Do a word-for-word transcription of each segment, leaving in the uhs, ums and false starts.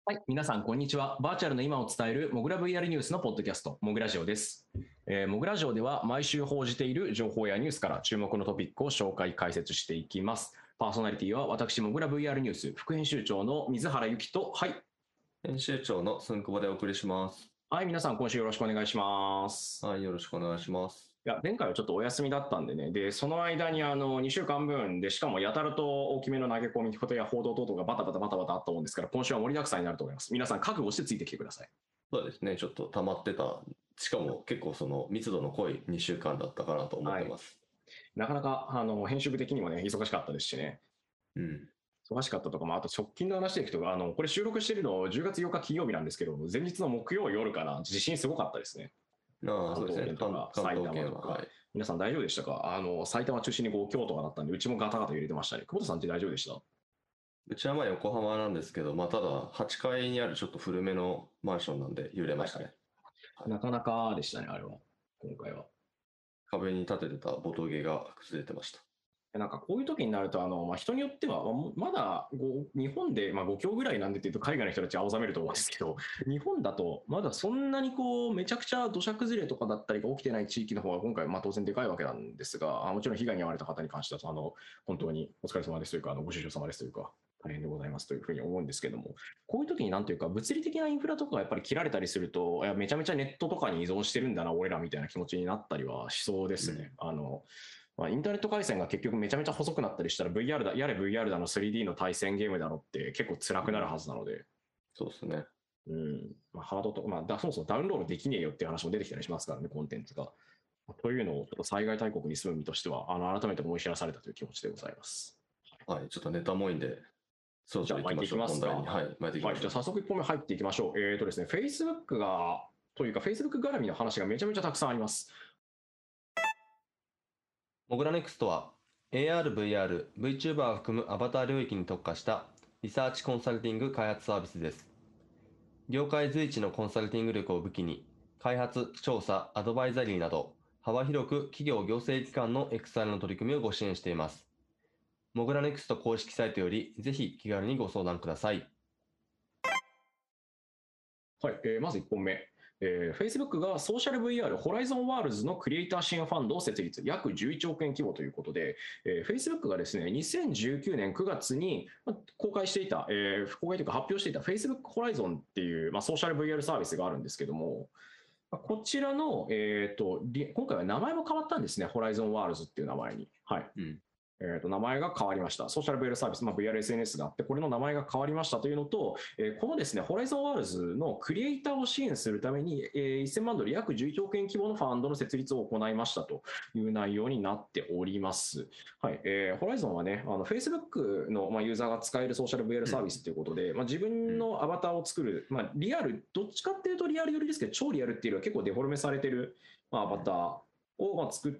はい、皆さん、こんにちは。バーチャルの今を伝えるモグラ ブイアール ニュースのポッドキャスト、モグラジオです。えー、モグラジオでは毎週報じている情報やニュースから注目のトピックを紹介、解説していきます。パーソナリティは私、モグラ ブイアール ニュース副編集長の水原由紀と、はい。 編集長のすんくぼでお送りします。 はい、皆さん、今週よろしくお願いします。 はい、よろしくお願いします。 いや、前回はちょっとお休みだったんでね、で、その間にあのにしゅうかんぶんで、しかもやたらと大きめの投げ込みことや報道等々がバタバタバタバタあったもんですから、今週は盛りだくさんになると思います。皆さん、覚悟してついてきてください。 そうですね、ちょっと溜まってた、しかも結構その密度の濃いにしゅうかんだったかなと思ってます。 なかなかあの編集部的にもね、忙しかったですしね。 うん。 忙しかったとかも、あと直近の話でいくと、あのこれ収録してるのじゅうがつようか金曜日なんですけど、前日の木曜夜から地震すごかったですね。 ああ、そうですね、 関東圏とか関埼東圏は、 玉とか、 はい。 皆さん大丈夫でしたか？あの埼玉中心にご強とかだったんで、うちもガタガタ揺れてましたね。久保田さんって大丈夫でした？ うちはまあ横浜なんですけど、まあただはちかいにあるちょっと古めのマンションなんで揺れましたね。はい、 なかなかでしたね、あれは、今回は。 壁に立ててたボトゲが崩れてました。 なんかこういう時になると、あの、まあ、人によっては、まだご日本で、まあ、ご強ぐらいなんでっていうと、海外の人たちは青ざめると思うんですけど、日本だと、まだそんなにこう、めちゃくちゃ土砂崩れとかだったりが起きてない地域の方が、今回、まあ、当然でかいわけなんですが、もちろん被害に遭われた方に関しては、あの、本当にお疲れ様ですというか、あのご愁傷様ですというか、大変でございますというふうに思うんですけども、こういう時になんというか、物理的なインフラとかがやっぱり切られたりすると、いやめちゃめちゃネットとかに依存してるんだな、俺らみたいな気持ちになったりはしそうですね。うん、あのまあ、インターネット回線が結局めちゃめちゃ細くなったりしたら ブイアール だ、やれ ブイアール だの スリーディー の対戦ゲームだのって結構辛くなるはずなので。 そうですね。 うん。まあ、ハードとか、まあ、だそもそもダウンロードできねえよっていう話も出てきたりしますからね、コンテンツが。というのをちょっと災害大国に住む身としては、あの改めて思い知らされたという気持ちでございます。 はい、ちょっとネタも多いんで、そろそろ行きましょう、本題に。はい、巻いていきましょう。 はい、じゃあ早速いっぽんめ入っていきましょう。えっ、ー、とですね、Facebook が、というか Facebook 絡みの話がめちゃめちゃたくさんあります。 モグラネクストは エーアール、ブイアール、VTuber を含むアバター領域に特化したリサーチコンサルティング開発サービスです。業界随一のコンサルティング力を武器に、開発、調査、アドバイザリーなど、幅広く企業行政機関の エックスアール の取り組みをご支援しています。モグラネクスト公式サイトより、ぜひ気軽にご相談ください。 はい、えー、まずいっぽんめ。えー、Facebook がソーシャル ブイアール ホライゾンワールズのクリエイター支援ファンドを設立、約じゅういちおくえん規模ということで、えー、Facebook がですね、にせんじゅうきゅうねんくがつに公開していた、えー、公開というか発表していた Facebook ホライゾンっていう、まあ、ソーシャル ブイアール サービスがあるんですけども、こちらの、えーと、今回は名前も変わったんですね、ホライゾンワールズっていう名前に。はい。うんえー、と名前が変わりました。ソーシャル ブイアール サービス、まあ、ブイアールエスエヌエス があって、これの名前が変わりましたというのと、えー、このですね、ホライゾンワールズのクリエイターを支援するために、えー、せんまんドル、約じゅういちおくえん規模のファンドの設立を行いましたという内容になっております。はい。えー、ホライゾンはね、あの Facebook の、まあ、ユーザーが使えるソーシャル ブイアール サービスということで、うん、まあ、自分のアバターを作る、まあ、リアル、どっちかっていうとリアルよりですけど、超リアルっていうのは結構デフォルメされてる、まあ、アバターをまあ作って、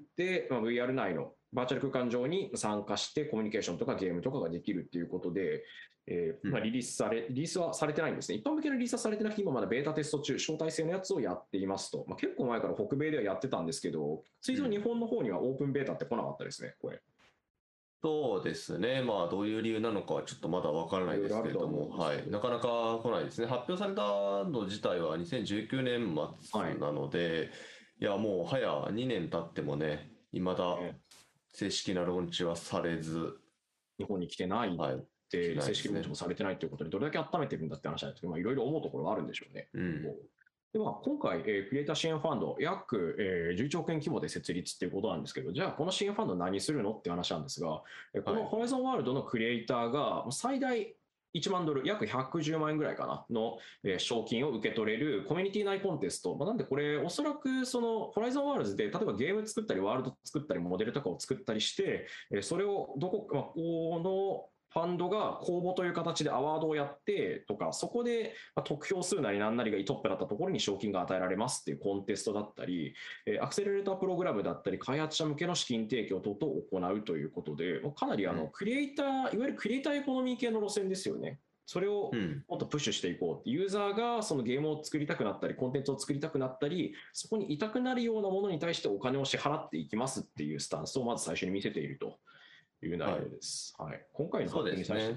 まあ、ブイアール 内のバーチャル空間上に参加してコミュニケーションとかゲームとかができるっていうことで、えーまあ、リリースされ、リリースはされてないんですね。一般向けのリリースはされてなくて、今まだベータテスト中、招待制のやつをやっていますと。まあ、結構前から北米ではやってたんですけど、ついぞ日本の方にはオープンベータって来なかったですね、これ。 そうですね、まあどういう理由なのかはちょっとまだわからないですけれども、はい、なかなか来ないですね。発表されたの自体はにせんじゅうきゅうねん末なので、はい、いやもう早にねん経ってもね、いまだ正式なローンチはされず、 日本に来てないって、正式ローンチもされてないということで、どれだけ温めてるんだって話なんですけど、いろいろ思うところはあるんでしょうね。うんでまあ、今回、えー、クリエイター支援ファンド、約、えー、じゅういちおくえん規模で設立っていうことなんですけど、じゃあ、この支援ファンド何するのって話なんですが、このホライゾンワールドのクリエイターが最大いちまんドル、約ひゃくじゅうまんえんぐらいかなの賞金を受け取れるコミュニティ内コンテスト。まあ、なんでこれ、おそらくそのホライゾンワールズで、例えばゲーム作ったり、ワールド作ったり、モデルとかを作ったりして、それをどこか、まあ、この、ファンドが公募という形でアワードをやってとか、そこで得票数なり何なりがトップだったところに賞金が与えられますっていうコンテストだったり、アクセラレータープログラムだったり、開発者向けの資金提供等々を行うということで、かなりあのクリエイター、いわゆるクリエイターエコノミー系の路線ですよね。それをもっとプッシュしていこうって、ユーザーがそのゲームを作りたくなったり、コンテンツを作りたくなったり、そこにいたくなるようなものに対してお金を支払っていきますっていうスタンスをまず最初に見せているという内容です。はい、はい、今回の発表に際してね。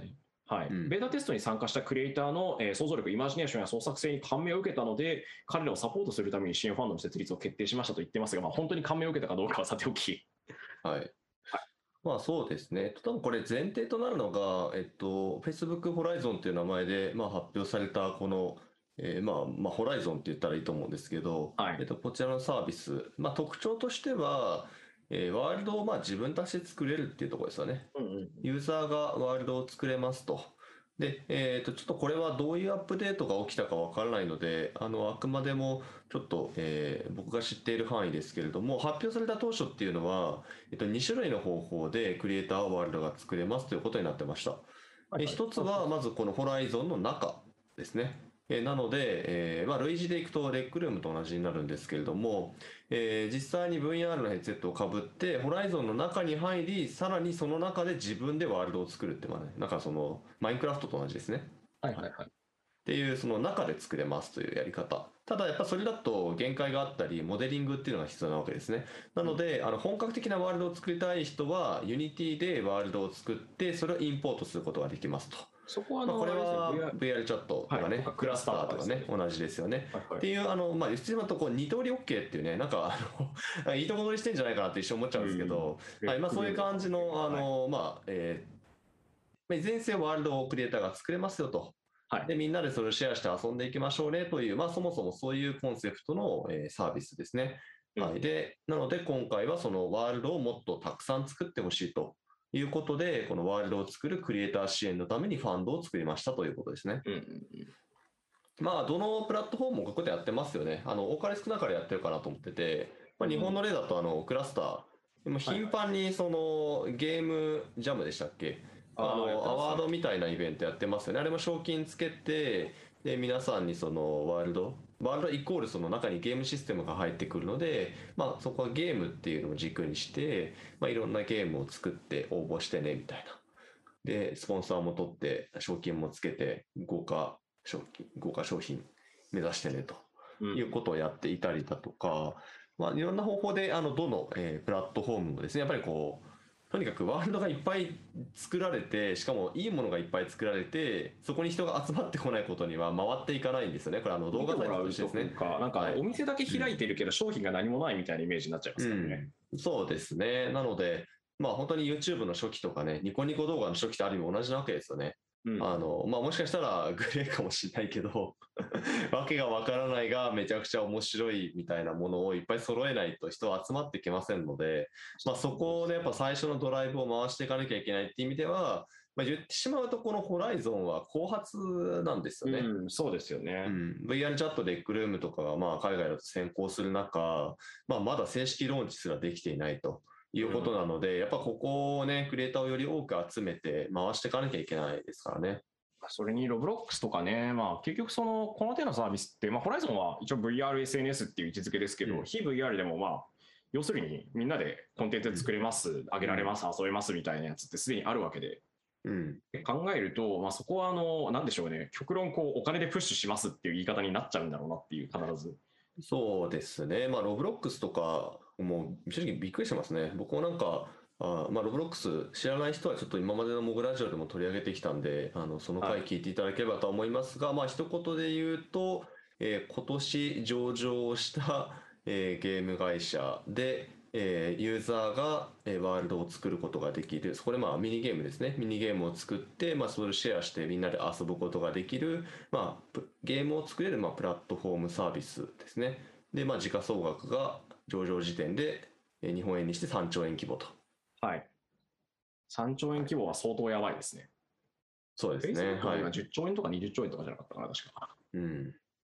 はい、 うん。 ベータテストに参加したクリエイターの、えー想像力、イマジネーションや創作性に感銘を受けたので、彼らをサポートするために新ファンドの設立を決定しましたと言ってますが、まあ、本当に感銘を受けたかどうかはさておき。 はい。まあそうですね。多分これ前提となるのが、えっと、Facebook Horizon っていう名前で、まあ、発表されたこの、えーまあ、まあ、Horizon って言ったらいいと思うんですけど、 はい。 えっと、こちらのサービス、まあ、特徴としては、えーワールドをまあ自分たちで作れるっていうところですよね。 うんうんうん。 ユーザーがワールドを作れますと。で、えーと、ちょっとこれはどういうアップデートが起きたかわからないので、あの、あくまでもちょっと、えー僕が知っている範囲ですけれども、発表された当初っていうのは、えっと、に種類の方法でクリエイターワールドが作れますということになってました。 はいはい。 え一つは、まずこのホライゾンの中ですね。えなので、えーまあ、類似でいくとレックルームと同じになるんですけれども、えー実際に ブイアール のヘッドセットをかぶって、ホライゾンの中に入り、さらにその中で自分でワールドを作るって、まあね、なんかその、マインクラフトと同じですね。 はいはいはい。 っていうその中で作れますというやり方。ただやっぱそれだと限界があったり、モデリングっていうのが必要なわけですね。なので、あの本格的なワールドを作りたい人は、Unity でワールドを作って、それをインポートすることができますと。 そこはあまあ、この、あれですね、 れはブイアール、 ブイアール チャットとはい、とかかね、クラスタクラスターとーとかね、 かですね。 同じですよね。 はいはい。 っていう、あの、まあ、言ってしまうと、こう、二通り OK っていうね、なんか、あの、いいとこ取りしてんじゃないかなって一瞬思っちゃうんですけうん。 ど、 レはい、まあ、そういうックルームとか感じの、あも、はい。 の、まあ、えーまあいずれにせよワールドをクリエイターが作れますよと。 はい。 で、みんなでそれをシェアして遊んでいきましょうねという、まあ、そもそもそういうコンセプトの、えーサービスですね。 うん。 はい。で、なので今回はそのワールドをもっとたくさん作ってほしいということで、このワールドを作るクリエイター支援のためにファンドを作りましたということですね。 うんうんうん。 まあ、どのプラットフォームもここでやってますよね。あの、多かれ少なかれやってるかなと思ってて、まあ、日本うん。 の例だと、あの、クラスター。でも頻はいはい。 繁に、その、ゲームジャムでしたっけあああ、やっの、アてますね。 ワードみたいなイベントやってますよね。あれも賞金つけて、で、皆さんにその、ワールド、ワールドイコールその中にゲームシステムが入ってくるので、まあ、そこはゲームっていうのを軸にして、まあ、いろんなゲームを作って応募してね、みたいな。で、スポンサーも取って、賞金もつけて、豪華賞金、豪華商品目指してねとうん。 いうことをやっていたりだとか、まあ、いろんな方法で、あの、どの、えープラットフォームもですね、やっぱりこう、とにかくワールドがいっぱい作られて、しかもいいものがいっぱい作られて、そこに人が集まってこないことには回っていかないんですよね。これあの動見て画サイトもらうととしてですね。 か、なんかあはい。 のお店だけうん。 開いてるけど商品が何もないみたいなイメージになっちゃいまうすからね。 ん。そうですね。なので、まあ本当に YouTube の初期とかね、ニコニコ動画の初期とある意味同じなわけですよね。 うん。 あの、まあもしかしたらグレーかもしれないけど、わけがわからないがめちゃくちゃ面白いみたいなものをいっぱい揃えないと人は集まってきませんので、まあそこでやっぱ最初のドライブを回していかなきゃいけないっていう意味では、まあ、言ってしまうとこのホライゾンは後発なんですよね。 うん、そうですよね。 うん、ブイアール チャットでレックルームとかがまあ海外だと先行する中、まあ、まだ正式ローンチすらできていないということうん。 なので、やっぱここをね、クリエイターをより多く集めて回していかなきゃいけないですからね。 それにロブロックスとかね、まあ、結局その、この手のサービスって、まあ、ホライゾンは一応 ブイアールエスエヌエス っていう位置づけですけど、 うん。 非 ブイアール でもまあ、要するにみんなでコンテンツうん。 作れます、上げうん。 られます、遊べますみたいなやつってすでにあるわけで、 うん。 考えると、まあ、そこはあの、なんでしょうね、極論こうお金でプッシュしますっていう言い方になっちゃうんだろうなっていう、必ず。 そうですね。まあ、ロブロックスとか、もう正直びっくりしてますね。僕もなんか、あまあ、ロブロックス知らない人はちょっと今までのモグラジオでも取り上げてきたんで、あの、そのはい。 回聞いていただければと思いますが、まあ、一言で言うと、えー今年上場した、えーゲーム会社で、えーユーザーが、えーワールドを作ることができる。そこでまあミニゲームですね。ミニゲームを作って、まあ、それをシェアしてみんなで遊ぶことができる、まあ、プゲームを作れる、まあ、プラットフォームサービスですね。で、まあ、時価総額が上場時点でえー日本円にしてさんちょう円規模と。 はい。さんちょう円はい。 規模は相当やばいですね。 そうですね。 Facebook も今はい。 じゅっちょう円とかにじゅっちょう円とかじゃなかったかな、確か。 うん。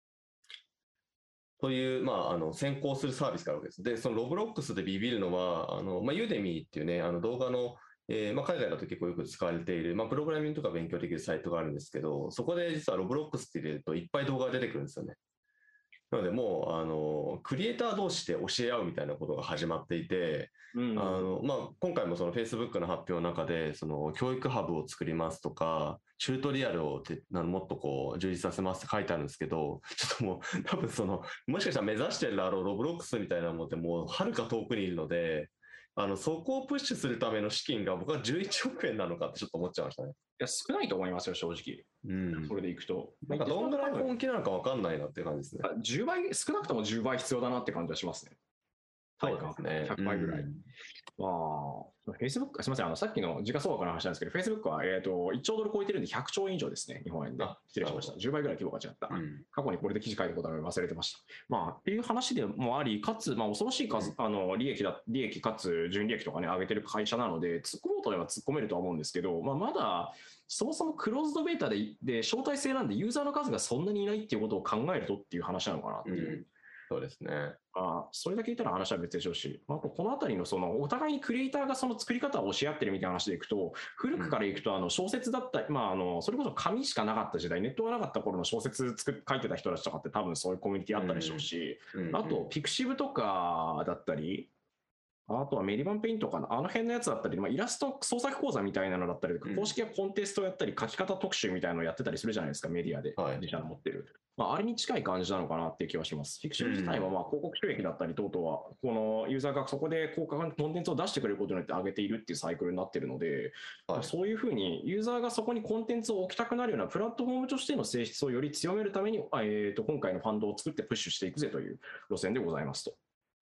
という、まあ、あの、先行するサービスがあるわけです。で、そのロブロックスでビビるのは、あの、まあ、ユーデミーっていうね、あの動画の、えーまあ、海外だと結構よく使われている、まあ、プログラミングとか勉強できるサイトがあるんですけど、そこで実はロブロックスって入れるといっぱい動画が出てくるんですよね。なのでもう、あの、クリエイター同士で教え合うみたいなことが始まっていて、 うん。 あの、まあ、今回もその Facebook の発表の中で、その教育ハブを作りますとか、チュートリアルをてあのもっとこう充実させますって書いてあるんですけど、ちょっともう多分その、もしかしたら目指してるだろうロブロックスみたいなものってもうはるか遠くにいるので、 あの、そこをプッシュするための資金が僕はじゅういちおく円なのかってちょっと思っちゃいましたね。 いや、少ないと思いますよ、正直。 うん。 それでいくと。 なんかどんぐらい本気なのか分かんないなっていう感じですね。 じゅうばい、少なくともじゅうばい必要だなって感じはしますね。 そうですね。 ひゃくばいぐらい。 うんまあ、Facebook、すみません、あのさっきの時価総額の話なんですけど、Facebook は、えー、といっちょうドル超えてるんでひゃくちょうえん以上ですね、日本円で。失礼しました。じゅうばいぐらい規模が違った。うん、過去にこれで記事書いたことあるの忘れてました。まあ、っていう話でもあり、かつ、まあ、恐ろしい数、あの利益だ、利益かつ純利益とかね、上げてる会社なので、突っ込もうとでは突っ込めるとは思うんですけど、まあ、まだ、そもそもクローズドベータで、で招待制なんで、ユーザーの数がそんなにいないっていうことを考えるとっていう話なのかなっていう。うんそうですね。 あそれだけ言ったら話は別でしょうし、あとこのあたりのそのお互いにクリエイターがその作り方を教え合ってるみたいな話でいくと、古くからいくとあの小説だったり、まあ、あのそれこそ紙しかなかった時代、ネットがなかった頃の小説作書いてた人たちとかって多分そういうコミュニティあったでしょうし、あとピクシブとかだったり、あとはメリバンペイントかな、あの辺のやつだったり、まあ、イラスト創作講座みたいなのだったりとか、公式がコンテストをやったり、書き方特集みたいなのをやってたりするじゃないですか、メディアで、自社の持ってる。まあ、あれに近い感じなのかなっていう気はします。フィクション自体はまあ広告収益だったり等々は、このユーザーがそこで高価コンテンツを出してくれることによって上げているっていうサイクルになっているので、はい、そういうふうにユーザーがそこにコンテンツを置きたくなるようなプラットフォームとしての性質をより強めるために、えー、と今回のファンドを作ってプッシュしていくぜという路線でございますと。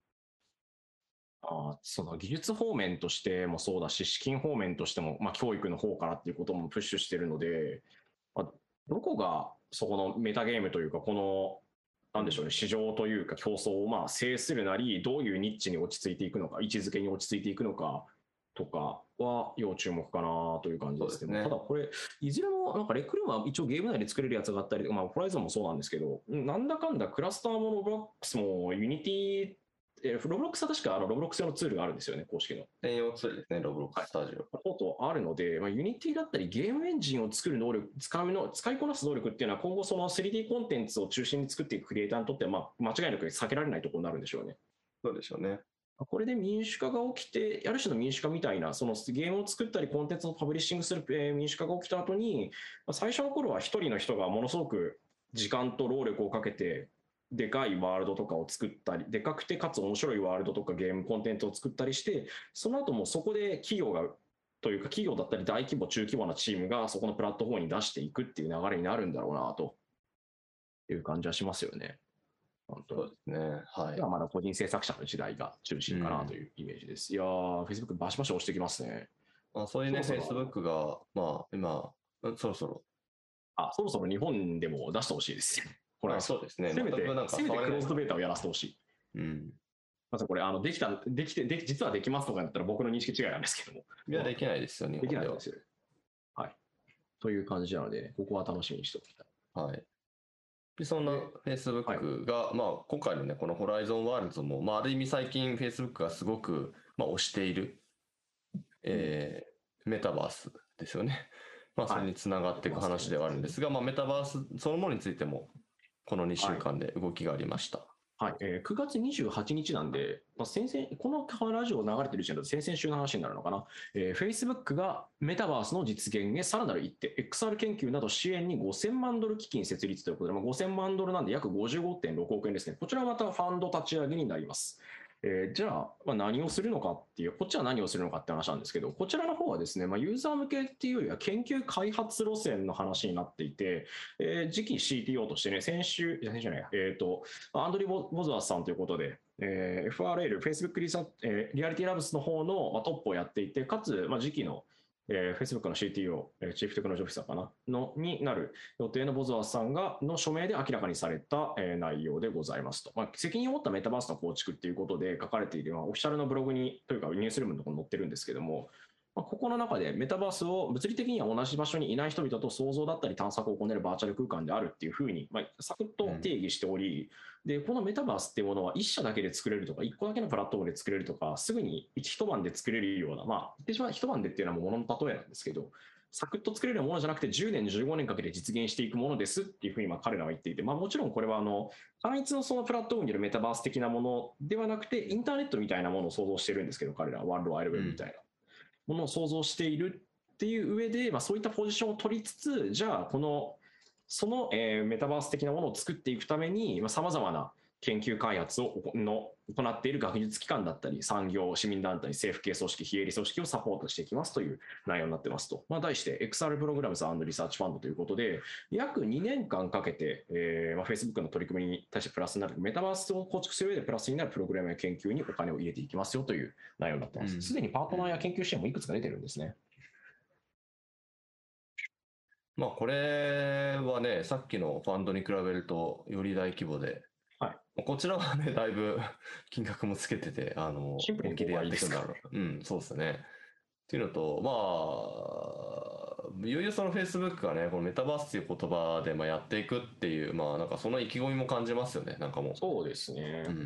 あその技術方面としてもそうだし、資金方面としても、まあ、教育の方からっていうこともプッシュしてるので、まあ、どこがそこのメタゲームというか、この、なんでしょうね、市場というか競争をまあ制するなり、どういうニッチに落ち着いていくのか、位置づけに落ち着いていくのかとかは要注目かなという感じですね。ただこれ、いずれもなんかレクルームは一応ゲーム内で作れるやつがあったり、まあ、ホライゾンもそうなんですけど、なんだかんだクラスターもロブロックスもユニティえー、ロブロックスは確かあのロブロックス用のツールがあるんですよね、公式の。 専用ツールですね、ロブロックススタジオ。 はい、とあるので、まあ、ユニティだったりゲームエンジンを作る能力、使うの使いこなす能力っていうのは今後その スリーディー コンテンツを中心に作っていくクリエイターにとっては、まあ、間違いなく避けられないところになるんでしょうね。 そうでしょうね。 これで民主化が起きて、ある種の民主化みたいな、そのゲームを作ったり、コンテンツをパブリッシングする民主化が起きた後に、最初の頃は一人の人がものすごく時間と労力をかけて、でかいワールドとかを作ったり、でかくてかつ面白いワールドとかゲームコンテンツを作ったりして、その後もそこで企業が、というか企業だったり大規模、中規模なチームがそこのプラットフォームに出していくっていう流れになるんだろうなという感じはしますよね。本当そうですね。はい。 今はまだ個人制作者の時代が中心かなというイメージです。うん、いやー、Facebook バシバシ押してきますね。 まあ、そういうね、Facebook が、まあ、今、そろそろ。 あ、そろそろ日本でも出してほしいです。これはそうですね。 せめて、せめてクローズドベータをやらせてほしい。 うん。 まずこれ、あの、できた、できて、で実はできますとかだったら僕の認識違いなんですけども。 いや、できないですよね。 できないですよ。はい。という感じなので、ね、ここは楽しみにしておきたい。 はい。でそんな Facebook が、はい、まあ、今回のね、このホライゾンワールドも、まあ、ある意味最近 Facebook がすごく、まあ、推している、えー、メタバースですよね。まあ、それにつながっていく話ではあるんですが、はい、まあ、メタバースそのものについても、このにしゅうかんで動きがありました。 はいはい、えー、くがつにじゅうはちにちなんで、まあ、先々このラジオ流れてる時点だと先々週の話になるのかな、えー、Facebook がメタバースの実現へさらなる一手、エックスアール 研究など支援にごせんまんドル基金設立ということで、まあ、ごせんまんドルなんで約 ごじゅうごてんろくおくえんですね。こちらはまたファンド立ち上げになります。えー、じゃあ、まあ、何をするのかっていう、こっちは何をするのかって話なんですけど、こちらの方はですね、まあ、ユーザー向けっていうよりは研究開発路線の話になっていて、えー、次期 シーティーオー としてね、先週、先週じゃない、えっと、アンドリュー・ボズワースさんということで、えー、エフアールエル、Facebook リサ、えー、リアリティラブスの方の、まあ、トップをやっていて、かつ、まあ、次期のえー、Facebook の シーティーオー、えー、チーフテクノロジーオフィサーかなのになる予定のボズワースさんがの署名で明らかにされた、えー、内容でございますと、まあ、責任を持ったメタバースの構築っていうことで書かれている、まあ、オフィシャルのブログにというかニュースルームのところに載ってるんですけども、まあ、ここの中でメタバースを物理的には同じ場所にいない人々と想像だったり探索を行えるバーチャル空間であるっていうふうに、まあ、サクッと定義しており、うん、でこのメタバースっていうものは一社だけで作れるとか一個だけのプラットフォームで作れるとかすぐに一晩で作れるような、まあ言ってしまう一晩でっていうのはもうものの例えなんですけど、サクッと作れるものじゃなくてじゅうねんじゅうごねんかけて実現していくものですっていうふうにまあ彼らは言っていて、まあ、もちろんこれはあの単一のそのプラットフォームによるメタバース的なものではなくてインターネットみたいなものを想像してるんですけど、彼らはワールドワイドウェブみたいなものを想像しているっていう上で、まあ、そういったポジションを取りつつ、じゃあこのその、えー、メタバース的なものを作っていくためにさまざ、まな研究開発をの行っている学術機関だったり、産業、市民団体、政府系組織、非営利組織をサポートしていきますという内容になってますと。まあ、題して エックスアール プログラムズ&リサーチファンドということで、約にねんかんかけて、えーまあ、Facebook の取り組みに対してプラスになる、メタバースを構築する上でプラスになるプログラムや研究にお金を入れていきますよという内容になってます。すでにパートナーや研究支援もいくつか出てるんですね。 まあこれはね、さっきのファンドに比べるとより大規模で、はい、こちらはね、だいぶ金額もつけてて、あの、 シンプルにでやっていくんだろう。うん、そうですね。っていうのと、まあ、いよいよその Facebook がね、このメタバースっていう言葉でまあやっていくっていう、まあなんかその意気込みも感じますよね、なんかもう。 そうですね。 うん、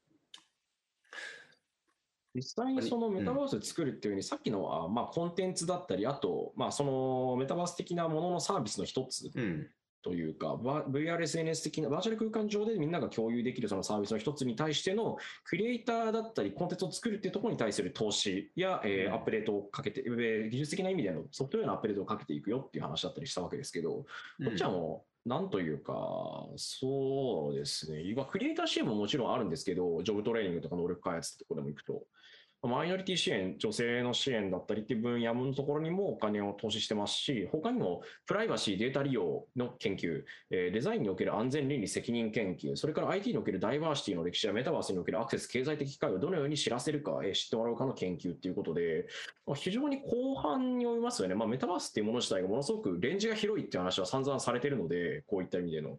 実際にそのメタバースを作るっていうふうに、さっきのはまあコンテンツだったり、あと、まあそのメタバース的なもののサービスの一つというか、ブイアールエスエヌエス 的なバーチャル空間上でみんなが共有できるそのサービスの一つに対してのクリエイターだったりコンテンツを作るっていうところに対する投資や、えー、アップデートをかけて、技術的な意味でのソフトウェアのアップデートをかけていくよっていう話だったりしたわけですけど、こっちはもう、なんというか、そうですね、今、クリエイター支援ももちろんあるんですけど、ジョブトレーニングとか能力開発ってところでも行くと、マイノリティ支援、女性の支援だったりっていう分野のところにもお金を投資してますし、他にもプライバシー、データ利用の研究、デザインにおける安全倫理責任研究、それから アイティー におけるダイバーシティの歴史やメタバースにおけるアクセス、経済的機会をどのように知らせるか、知ってもらうかの研究っていうことで、非常に広範に及びますよね。まあ、メタバースっていうもの自体がものすごくレンジが広いっていう話は散々されているので、こういった意味での。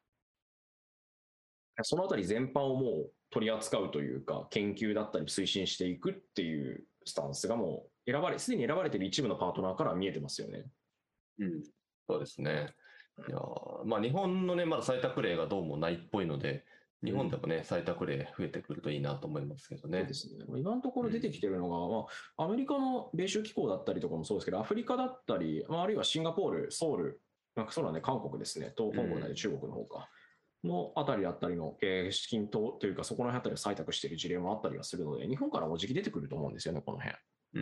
そのあたり全般をもう取り扱うというか、研究だったり推進していくっていうスタンスがもう選ばれ、すでに選ばれている一部のパートナーから見えてますよね。 うん、そうですね。いやまあ日本のね、まだ採択例がどうもないっぽいので、日本でもね、うん、採択例増えてくるといいなと思いますけどね。 そうですね。今のところ出てきてるのが、うん、まあ、アメリカの米州機構だったりとかもそうですけど、アフリカだったり、まあ、あるいはシンガポール、ソウル、なんかそうだね、韓国ですね、と香港なり中国の方か。うん、のあたりだったりの、えー、資金とというか、そこの辺あたりを採択している事例もあったりはするので、日本からも時期出てくると思うんですよね、この辺。 うん。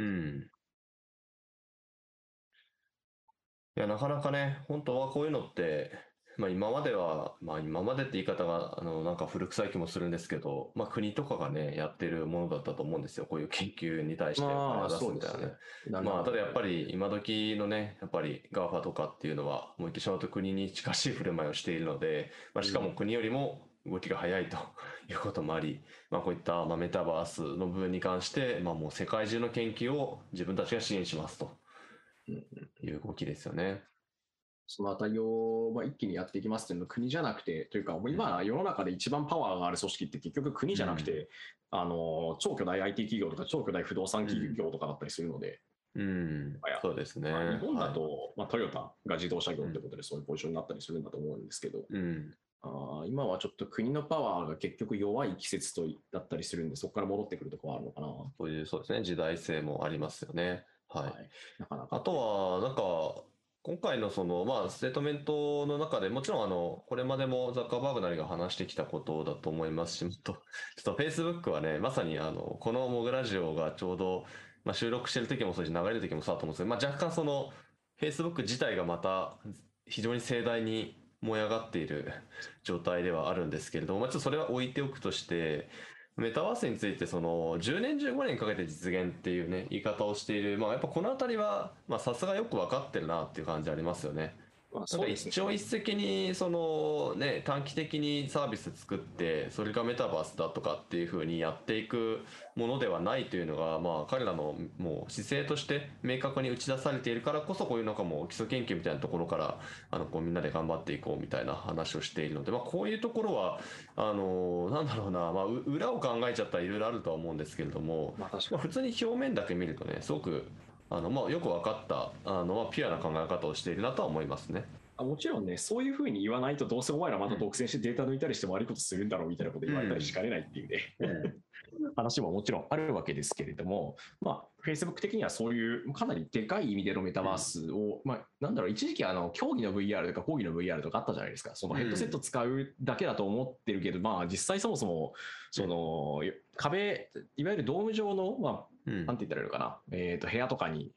いや、なかなかね、本当はこういうのって、まあ今までは、まあ今までって言い方が、あの、なんか古臭い気もするんですけど、まあ国とかがね、やってるものだったと思うんですよ。こういう研究に対してお金を出すみたいなね。まあ、まあ、ただやっぱり今時のね、やっぱり ガーファ とかっていうのは、もう言ってしまうと国に近しい振る舞いをしているので、まあしかも国よりも動きが早いということもあり、まあこういったまあメタバースの部分に関して、まあもう世界中の研究を自分たちが支援しますと。いう動きですよね。 そのあたりを、まあ、一気にやっていきますっていうのは国じゃなくてというか、今世の中で一番パワーがある組織って結局国じゃなくて、うん、あの超巨大 アイティー 企業とか超巨大不動産企業とかだったりするので、 うん、うん、そうですね。 まあ、日本だと、はい、まあ、トヨタが自動車業ってことでそういうポジションになったりするんだと思うんですけど、うん、あ今はちょっと国のパワーが結局弱い季節とだったりするんで、そこから戻ってくるところはあるのかな。 そういう、そうですね、時代性もありますよね。はい。はい、 なかなかあとは、なんか、今回のその、まあ、ステートメントの中でもちろんあの、これまでもザッカーバーグなりが話してきたことだと思いますし、ちょっと Facebook はね、まさにあの、このモグラジオがちょうど、まあ、収録してる時もそうですし、流れる時もそうだと思うんですけど、まあ、若干その、Facebook 自体がまた非常に盛大に燃え上がっている状態ではあるんですけれども、まあ、ちょっとそれは置いておくとして、メタバースについてそのじゅうねんじゅうごねんかけて実現っていうね言い方をしている、まあやっぱこの辺りはまあさすがよく分かってるなっていう感じありますよね。なんか一朝一夕にそのね短期的にサービス作ってそれがメタバースだとかっていう風にやっていくものではないというのがまあ彼らのもう姿勢として明確に打ち出されているからこそこういうなんかもう基礎研究みたいなところからあのこうみんなで頑張っていこうみたいな話をしているのでまあこういうところはあのなんだろうなまあ裏を考えちゃったらいろいろあるとは思うんですけれども、まあ、普通に表面だけ見るとねすごくあのまあよく分かったあのまあピュアな考え方をしているなとは思いますね。 もちろんね、そういうふうに言わないと、どうせお前らまた独占してデータ抜いたりして悪いことするんだろうみたいなこと言われたりしかねないっていうね、うん、話ももちろんあるわけですけれども、まあ、Facebook 的にはそういうかなりでかい意味でのメタバースを、うん、まあ、なんだろう、一時期あの競技の ブイアール とか講義の ブイアール とかあったじゃないですか、そのヘッドセット使うだけだと思ってるけど、うん、まあ、実際そもそも、その、壁、いわゆるドーム上の、まあ、なんて言ったらいいのかな、えーと、部屋とかに、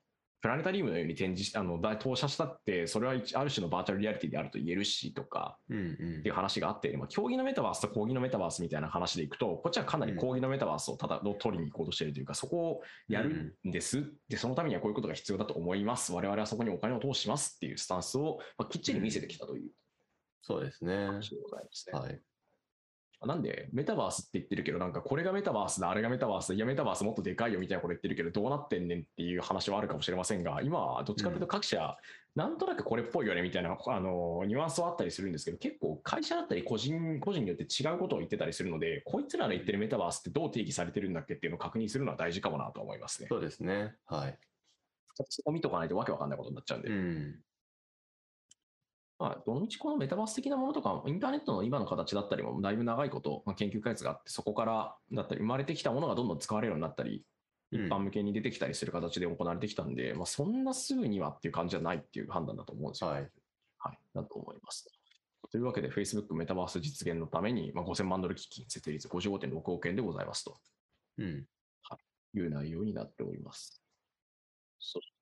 プラネタリウムのように展示しあのだ投射したってそれはある種のバーチャルリアリティであると言えるしとかうんうんっていう話があって、まあ、競技のメタバースと講義のメタバースみたいな話でいくと、こっちはかなり講義のメタバースをただの取りに行こうとしているというか、そこをやるんです、うん、でそのためにはこういうことが必要だと思います、我々はそこにお金を投資しますっていうスタンスを、まあ、きっちり見せてきたという、うん、 そうですね話でございますね。 はい。 なんでメタバースって言ってるけど、なんかこれがメタバースだ、あれがメタバースだ、いやメタバースもっとでかいよみたいなこと言ってるけど、どうなってんねんっていう話はあるかもしれませんが、今はどっちかというと各社、なんとなくこれっぽいよねみたいなあのニュアンスはあったりするんですけど、結構会社だったり個人個人によって違うことを言ってたりするので、こいつらの言ってるメタバースってどう定義されてるんだっけっていうのを確認するのは大事かもなと思いますね。 そうですね。はい。 そこ見とかないとわけわかんないことになっちゃうんで。 うんまあ、どのみちこのメタバース的なものとか、インターネットの今の形だったりもだいぶ長いこと、まあ、研究開発があって、そこからだったり、生まれてきたものがどんどん使われるようになったり、一般向けに出てきたりする形で行われてきたんで、うん、まあ、そんなすぐにはっていう感じじゃないっていう判断だと思うんですよ。 はい。 はい。だと思います。というわけで、Facebook メタバース実現のために、まあ、ごせんまんドル基金設立ごじゅうごてんろくおくえんでございますと、 うん、 はい、いう内容になっております。そして、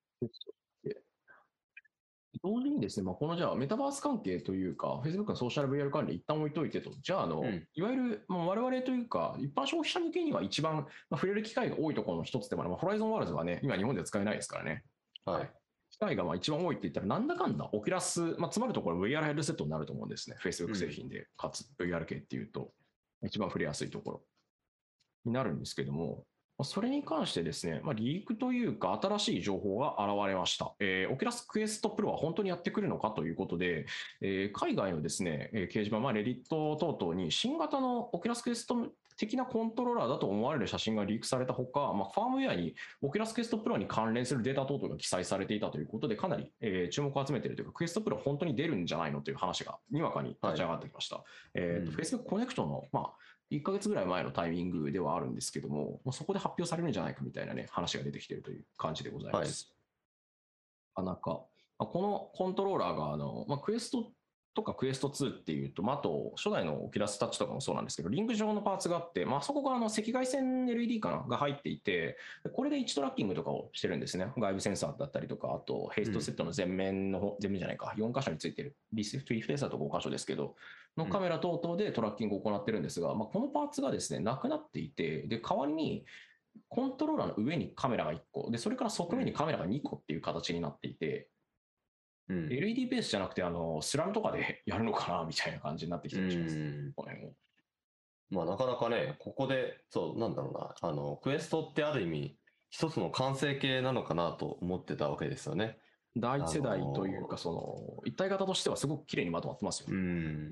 同時にですね、まあ、このじゃあメタバース関係というか、Facebook のソーシャル ブイアール 関連一旦置いといてと、じゃああの、うん、いわゆる、まあ、我々というか、一般消費者向けには一番、まあ、触れる機会が多いところの一つでもある、まあ、ホライゾンワールドはね、今日本では使えないですからね。 はい。 機会がまあ一番多いって言ったら、なんだかんだ、オキュラス、まあ、つまるところ ブイアール ヘッドセットになると思うんですね。Facebook 製品で、うん、かつ ブイアール 系っていうと、一番触れやすいところになるんですけども、それに関してですね、まあ、リークというか新しい情報が現れました。えー、オキュラスクエストプロは本当にやってくるのかということで、えー、海外のですね、掲示板、まあ、レディット等々に新型のオキュラスクエスト的なコントローラーだと思われる写真がリークされたほか、まあ、ファームウェアにオキュラスクエストプロに関連するデータ等々が記載されていたということで、かなり、えー、注目を集めているというか、クエストプロ本当に出るんじゃないのという話がにわかに立ち上がってきました。はい、えーと、うん、Facebook コネクトの、まあいっかげつぐらい前のタイミングではあるんですけども、そこで発表されるんじゃないかみたいなね、話が出てきているという感じでございます。はい、なかなか、このコントローラーがあの、まあ、クエストとかクエストツーっていうと、まあ、あと初代のオキュラスタッチとかもそうなんですけど、リング上のパーツがあって、まあ、そこがあの赤外線 エルイーディー かなが入っていて、これで位置トラッキングとかをしてるんですね。外部センサーだったりとか、あとヘイストセットの前面の、うん、前面じゃないか、よん箇所についてる、リスフリフレーサーとご箇所ですけど、のカメラ等々でトラッキングを行ってるんですが、まあ、このパーツがですね、なくなっていて、で、代わりに、コントローラーの上にカメラがいっこ、で、それから側面にカメラがにこっていう形になっていて、うん、エルイーディー ベースじゃなくて、あの、スラムとかでやるのかなみたいな感じになってきてるします、この辺も。 まあ、なかなかね、ここで、そう、なんだろうな、あの、クエストってある意味、一つの完成形なのかなと思ってたわけですよね。 第一世代というか、その、一体型としてはすごく綺麗にまとまってますよね。 うん。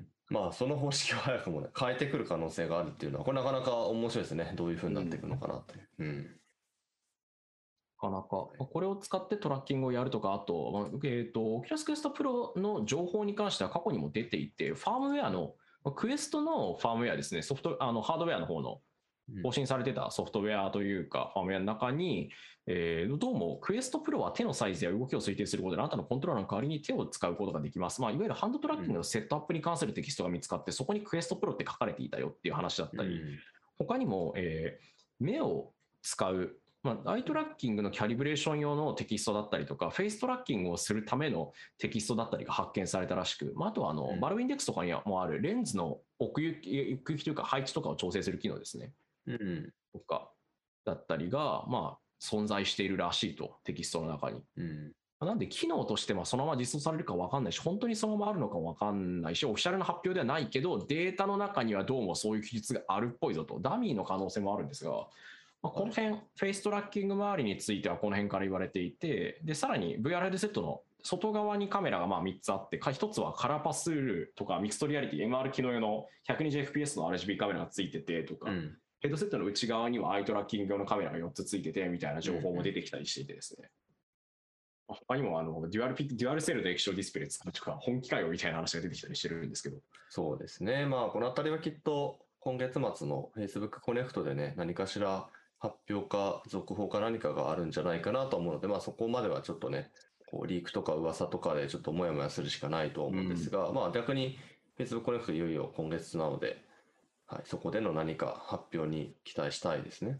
まあ、その方式を早くもね、変えてくる可能性があるっていうのは、これなかなか面白いですね。どういう風になっていくのかなという。うん。うん、 なかなか、これを使ってトラッキングをやるとか、あと、えっと、Oculus Quest Pro の情報に関しては過去にも出ていて、ファームウェアの、クエストのファームウェアですね、ソフト、あの、ハードウェアの方の更新されてたソフトウェアというか、ファームウェアの中に、えー、どうも、クエストプロは手のサイズや動きを推定することで、あなたのコントローラーの代わりに手を使うことができます。まあ、いわゆるハンドトラッキングのセットアップに関するテキストが見つかって、そこにクエストプロって書かれていたよっていう話だったり、他にも、えー、目を使う、まあ、アイトラッキングのキャリブレーション用のテキストだったりとか、フェイストラッキングをするためのテキストだったりが発見されたらしく、まあ、あとはあの、うん、バルブインデックスとかにもあるレンズの奥行き、奥行きというか配置とかを調整する機能ですね。 うん、 とかだったりが、まあ、存在しているらしいと、テキストの中に。 うん、 なんで、機能としてはそのまま実装されるか分かんないし、本当にそのままあるのか分かんないし、オフィシャルの発表ではないけど、データの中にはどうもそういう記述があるっぽいぞと、ダミーの可能性もあるんですが、まあ、この辺、はい、フェイストラッキング周りについてはこの辺から言われていて、で、さらに ブイアール ヘッドセットの外側にカメラがまあみっつあって、ひとつはカラーパスルとかミクストリアリティ、エムアール 機能用の ひゃくにじゅうエフピーエス の アールジービー カメラがついててとか、うん、ヘッドセットの内側にはアイトラッキング用のカメラがよっつついててみたいな情報も出てきたりしていてですね。うんうん、他にもあのデュアルピ、デュアルセルで液晶ディスプレイ使うとか、本気かよみたいな話が出てきたりしてるんですけど。 そうですね。まあ、このあたりはきっと今月末の Facebook コネクトでね、何かしら発表か続報か何かがあるんじゃないかなと思うので、まあ、そこまではちょっとね、こうリークとか噂とかでちょっともやもやするしかないと思うんですが、うん、まあ逆に Facebook コネクトいよいよ今月なので、はい、そこでの何か発表に期待したいですね。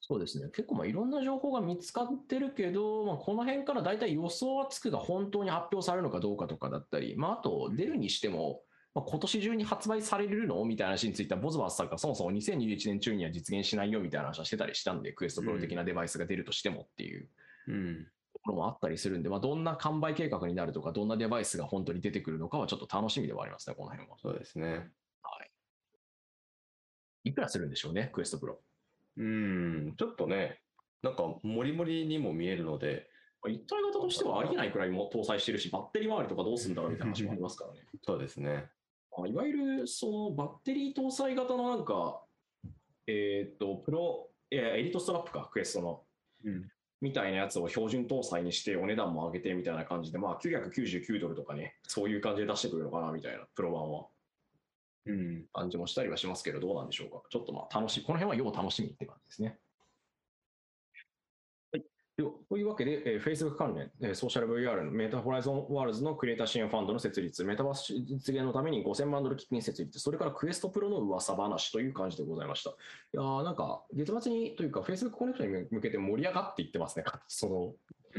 そうですね。結構まあいろんな情報が見つかってるけど、まあ、この辺から大体予想はつくが本当に発表されるのかどうかとかだったり、まあ、あと出るにしても、まあ、今年中に発売されるのみたいな話については、ボズバースさんがそもそもにせんにじゅういちねん中には実現しないよみたいな話はしてたりしたんで、クエストプロ的なデバイスが出るとしてもっていううん。 ところもあったりするんで、まあ、どんな完売計画になるとか、どんなデバイスが本当に出てくるのかはちょっと楽しみではありますね、この辺は。 そうですね。 はい。いくらするんでしょうね、クエストプロ。 うん、ちょっとね、なんか、もりもりにも見えるので、 一体型としてはありえないくらいも搭載してるし、バッテリー周りとかどうするんだろうみたいな話もありますからね。 そうですね。 いわゆるそのバッテリー搭載型のなんか、えっ、と、プロ、エリートストラップか、クエストの、 うん。 みたいなやつを標準搭載にしてお値段も上げてみたいな感じで、まあきゅうひゃくきゅうじゅうきゅうドルとかね、そういう感じで出してくるのかなみたいな、プロ版は。 うん。 感じもしたりはしますけど、どうなんでしょうか。ちょっとまあ楽しみ、この辺は要楽しみって感じですね。はい。というわけで、えー、Facebook 関連、えー、ソーシャル ブイアール のメタホライゾンワールズのクリエイター支援ファンドの設立、メタバース実現のためにごせんまんドル基金設立、それからクエストプロの噂話という感じでございました。いやーなんか、月末にというか、Facebook コネクトに向けて盛り上がっていってますね。その、 うん。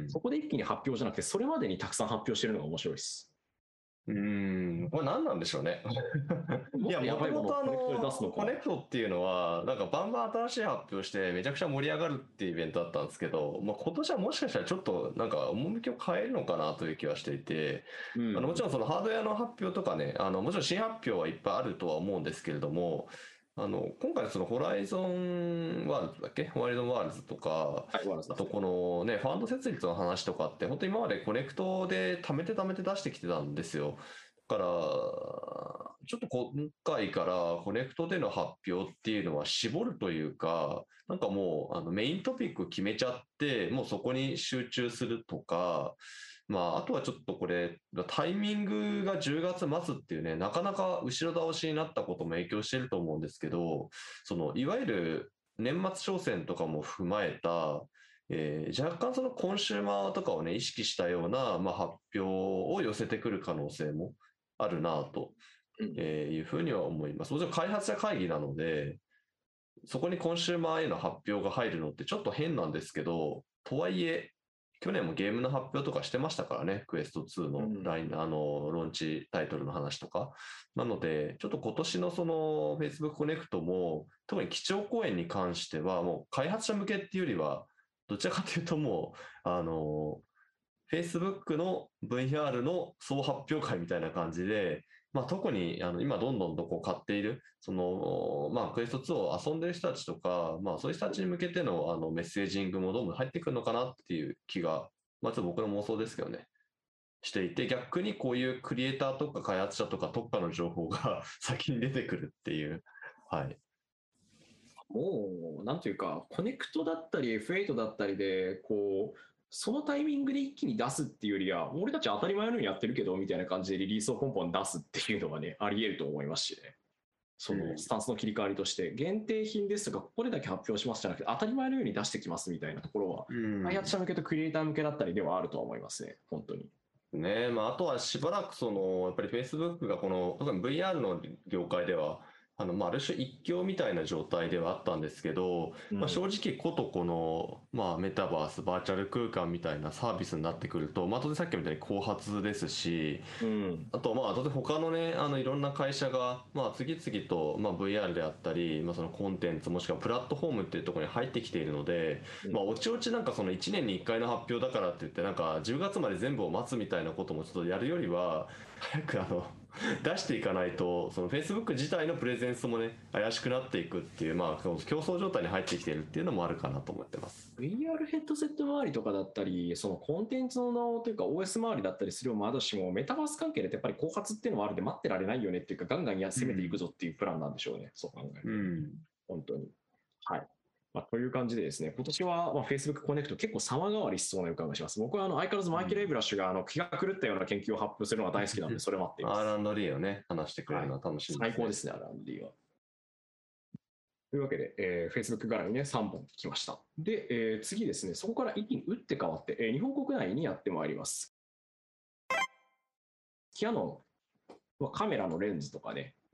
そこで一気に発表じゃなくて、それまでにたくさん発表してるのが面白いです。 うーん、これ何なんでしょうね。いや、もともとあコネクトで出すのの、 か。 コネクトっていうのは、なんかバンバン新しい発表してめちゃくちゃ盛り上がるっていうイベントだったんですけど、まあ、今年はもしかしたらちょっとなんか趣を変えるのかなという気はしていて、 うん、 あのもちろんそのハードウェアの発表とかね、あのもちろん新発表はいっぱいあるとは思うんですけれども、あの今回そのホライゾンワールズだっけホライゾンワールズとか、 はい、ワールズだあとこのね、ファンド設立の話とかって、本当今までコネクトで貯めて貯めて出してきてたんですよ。だから、ちょっと今回からコネクトでの発表っていうのは絞るというか、なんかもうあのメイントピック決めちゃって、もうそこに集中するとか、まあ、あとはちょっとこれ、タイミングがじゅうがつ末っていうね、なかなか後ろ倒しになったことも影響してると思うんですけど、その、いわゆる年末商戦とかも踏まえた、えー若干そのコンシューマーとかをね、意識したような、まあ、発表を寄せてくる可能性もあるなというふうには思います。もちろん開発者会議なので、そこにコンシューマーへの発表が入るのってちょっと変なんですけど、とはいえ、去年もゲームの発表とかしてましたからね、クエストツーのライン、うん、あのローンチタイトルの話とか。なので、ちょっと今年のその Facebook コネクトも、特に基調講演に関しては、もう開発者向けっていうよりは、どちらかというともう、あの、Facebook の ブイアール の総発表会みたいな感じで、まあ、特にあの今どんどんとこう買っている、その、まあ、クエストツーを遊んでる人たちとか、まあ、そういう人たちに向けてのあのメッセージングもどんどん入ってくるのかなっていう気が、まあ、ちょっと僕の妄想ですけどね、していて、逆にこういうクリエイターとか開発者とか特化の情報が先に出てくるっていう、はい。 もう、なんというか、コネクトだったり エフエイト だったりで、こう、そのタイミングで一気に出すっていうよりは、俺たち当たり前のようにやってるけど、みたいな感じでリリースをポンポン出すっていうのはね、あり得ると思いますしね。そのスタンスの切り替わりとして、限定品ですとか、ここでだけ発表しますじゃなくて、当たり前のように出してきますみたいなところは、開発者向けとクリエイター向けだったりではあるとは思いますね、本当に。 ね、まあ、あとはしばらくその、やっぱり Facebook がこの、特に ブイアール の業界では、あの、まあ、ある種一強みたいな状態ではあったんですけど、 うん、 まあ、正直ことこの、まあ、メタバース、バーチャル空間みたいなサービスになってくると、まあ、当然さっきみたいに後発ですし、 うん、 あと、まあ、当然他のね、あの、いろんな会社が、まあ、次々と、まあ、ブイアール であったり、まあ、そのコンテンツもしくはプラットフォームっていうところに入ってきているので、 うん、 まあ、おちおちなんかそのいちねんにいっかいの発表だからって言って、なんかじゅうがつまで全部を待つみたいなこともちょっとやるよりは、早くあの、出していかないと、その Facebook 自体のプレゼンスもね、怪しくなっていくっていう、まあ、競争状態に入ってきているっていうのもあるかなと思ってます。 ブイアール ヘッドセット周りとかだったり、そのコンテンツのというか オーエス 周りだったりするもあるしも、メタバース関係でやっぱり後発っていうのはあるんで待ってられないよねっていうか、ガンガンや攻めていくぞっていうプランなんでしょうね、うん、そう考えると。 うん。 本当に。はい。まあ、という感じでですね、今年はまあ Facebook コネクト結構様変わりしそうな予感がします。僕はあの相変わらずマイケル・エイブラッシュがあの気が狂ったような研究を発表するのが大好きなので、それ待っています。 アーランド・リーをね、話してくれるのは楽しみですね。 はい、最高ですね、アーランド・リーは。というわけで、えー、Facebook 絡みね、さんぼん来ました。で、えー、次ですね、そこから一気に打って変わって、えー、日本国内にやってまいります。キヤノンはカメラのレンズとかね、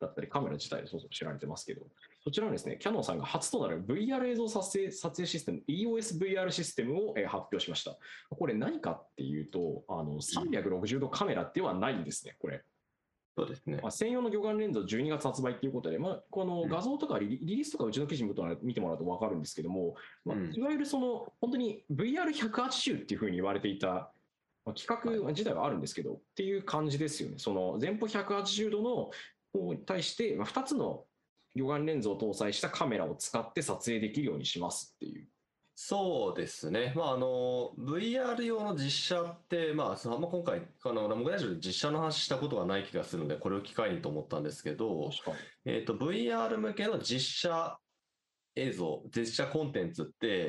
だったり、カメラ自体でそうそう知られてますけど、そちらのですね、キャノンさんが初となる ブイアール 映像撮影撮影システム、イーオーエスブイアール システムを、えー発表しました。これ何かっていうと、あのさんびゃくろくじゅうどカメラではないんですね、これ。 そうですね。 まあ、専用の魚眼レンズをじゅうにがつ発売ということで、まあ、この画像とかリリリリースとかうちの記事見てもらうと分かるんですけども、まあ、いわゆるその本当に ブイアールひゃくはちじゅう っていうふうに言われていた、まあ、企画自体はあるんですけど、っていう感じですよね。その前方ひゃくはちじゅうどの方に対して、まあ、ふたつの魚眼レンズを搭載したカメラを使って撮影できるようにしますっていう。 そうですね。まあ、あの、ブイアール 用の実写って、まあ、そのあんま今回、あの、ラムグラジオで実写の話したことがない気がするので、これを機会にと思ったんですけど、 確かに。 えっと、ブイアール 向けの実写映像、実写コンテンツって、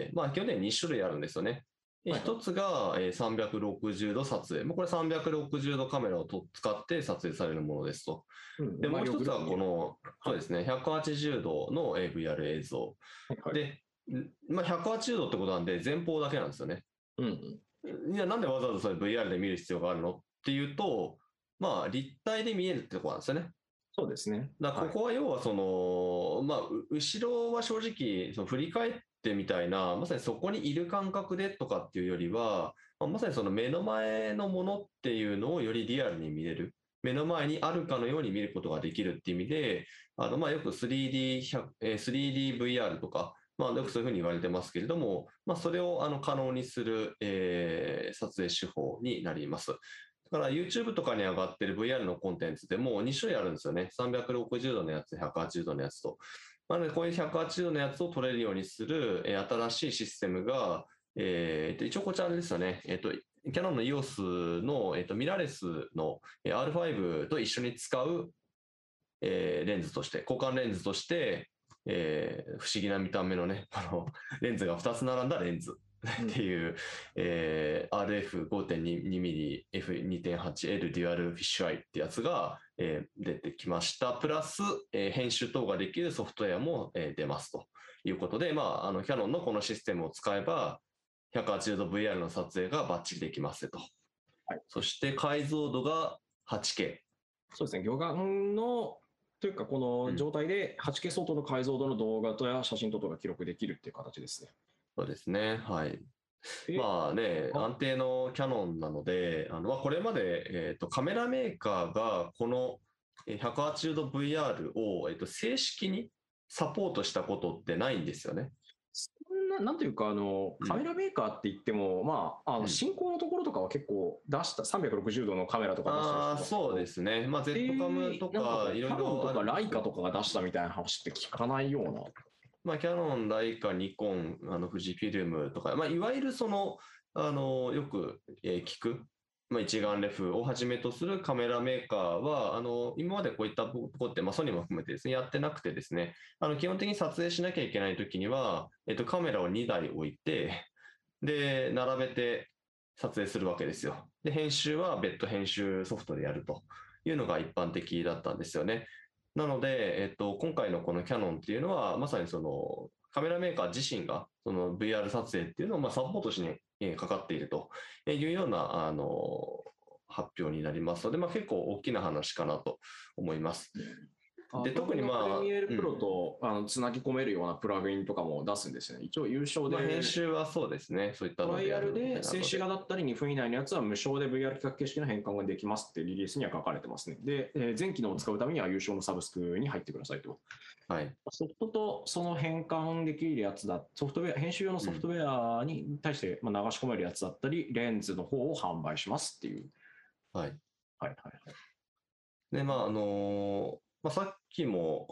まあ、基本的にに種類あるんですよね。 はいはい一つがえーさんびゃくろくじゅうど撮影。もうこれさんびゃくろくじゅうどカメラをと使って撮影されるものですと。 うんで、もう一つはこの、 はいそうですね、ひゃくはちじゅうどのえー ブイアール 映像。 はいはい、 で、んまあ、ひゃくはちじゅうどってことなんで、前方だけなんですよね。 うんうん、 いや、なんでわざわざそれ ブイアール で見る必要があるのっていうと、まあ、立体で見えるってところなんですよね。 そうですね。 だからここは要はその、まあ、う後ろは正直、その振り返ってみたいな、まさにそこにいる感覚でとかっていうよりは、まあ、まさにその目の前のものっていうのをよりリアルに見れる。目の前にあるかのように見ることができるっていう意味で、あの、まあ、よく スリーディー、えー スリーディーブイアール とか、まあ、よくそういうふうに言われてますけれども、まあ、それをあの可能にする、えー撮影手法になります。だから YouTube とかに上がってる ブイアール のコンテンツでもに種類あるんですよね。さんびゃくろくじゅうどのやつ、ひゃくはちじゅうどのやつと。なので、こういうひゃくはちじゅうどのやつを撮れるようにする、えー新しいシステムが、えー、一応こちらですよね。えっ、と、キャノンの イーオーエス の、えー、とミラーレスの アールファイブ と一緒に使う、えーレンズとして、交換レンズとして、えー不思議な見た目のね、あの、レンズがふたつ並んだレンズっていう、えー アールエフごてんにミリ、エフにてんはちエル デュアルフィッシュアイってやつが、えー出てきました。プラス、えー編集等ができるソフトウェアも、えー出ますということで、まあ、あの、キャノンのこのシステムを使えば、ひゃくはちじゅうどブイアール の撮影がバッチリできますと。 はい、 そして解像度が はちケー。そうですね、魚眼のというか、この状態で はちケー 相当の解像度の動画とや写真等々が記録できるっていう形ですね。 そうですね。はい。まあね、安定のキャノンなので、あのまあ、これまで、えーと、カメラメーカーがこの ひゃくはちじゅうどブイアール を、えーと、正式にサポートしたことってないんですよね。 そんな、なんというか、あの、カメラメーカーって言っても、うん、まあ、あの、進行のところとかは結構出した、さんびゃくろくじゅうどのカメラとか出したりしてますけど。 そうですね。まあ、Z カムとか、いろいろ。 キャノンとかライカとかが出したみたいな話って聞かないような。 まあ、キャノン、ライカ、ニコン、あの、富士フィルムとか、まあ、いわゆるその、あの、よく、えー聞く、まあ、一眼レフをはじめとするカメラメーカーは、あの、今までこういったところって、まあ、ソニーも含めてですね、やってなくてですね、あの、基本的に撮影しなきゃいけないときには、えっと、カメラをにだい置いて、で、並べて撮影するわけですよ。で、編集は別途編集ソフトでやるというのが一般的だったんですよね。なので、えっと、今回のこのキャノンっていうのは、まさにそのカメラメーカー自身がその ブイアール 撮影っていうのをまあサポートしにかかっているというようなあの発表になりますので、まあ、結構大きな話かなと思います。 で特にまあ、プレミエルプロと、うん、あのつなぎ込めるようなプラグインとかも出すんですよね。一応優勝で。 まあ、編集はそうですね。そういったので。トライアルで静止画だったりにふん以内のやつは無償で ブイアール 企画形式の変換ができますってリリースには書かれてますね。で、えー、全機能を使うためには優勝のサブスクに入ってくださいと。 はい。 ソフトとその変換できるやつだ、ソフトウェア、編集用のソフトウェアに対してまあ流し込めるやつだったり、レンズの方を販売しますっていう。 はい。 はいはいはい。 で、まあ、あのーまあ、さっきも、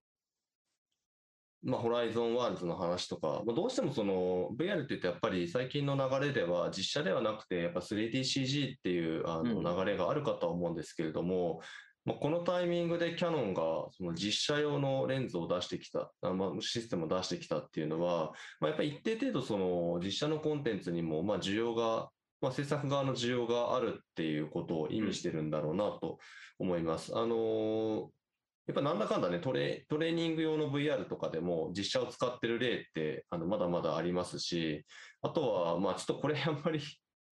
まあ、ホライゾンワールズの話とか、まあ、どうしてもその ブイアール って言ってやっぱり最近の流れでは実写ではなくてやっぱ スリーディーシージー っていうあの流れがあるかとは思うんですけれども、うん、まあ、このタイミングでキヤノンがその実写用のレンズを出してきた、まあ、システムを出してきたっていうのは、まあ、やっぱり一定程度その実写のコンテンツにもまあ需要が、まあ、制作側の需要があるっていうことを意味してるんだろうなと思います。あのーやっぱなんだかんだねトレ、トレーニング用の ブイアール とかでも実写を使ってる例ってあのまだまだありますし、あとは、まあちょっとこれあんまり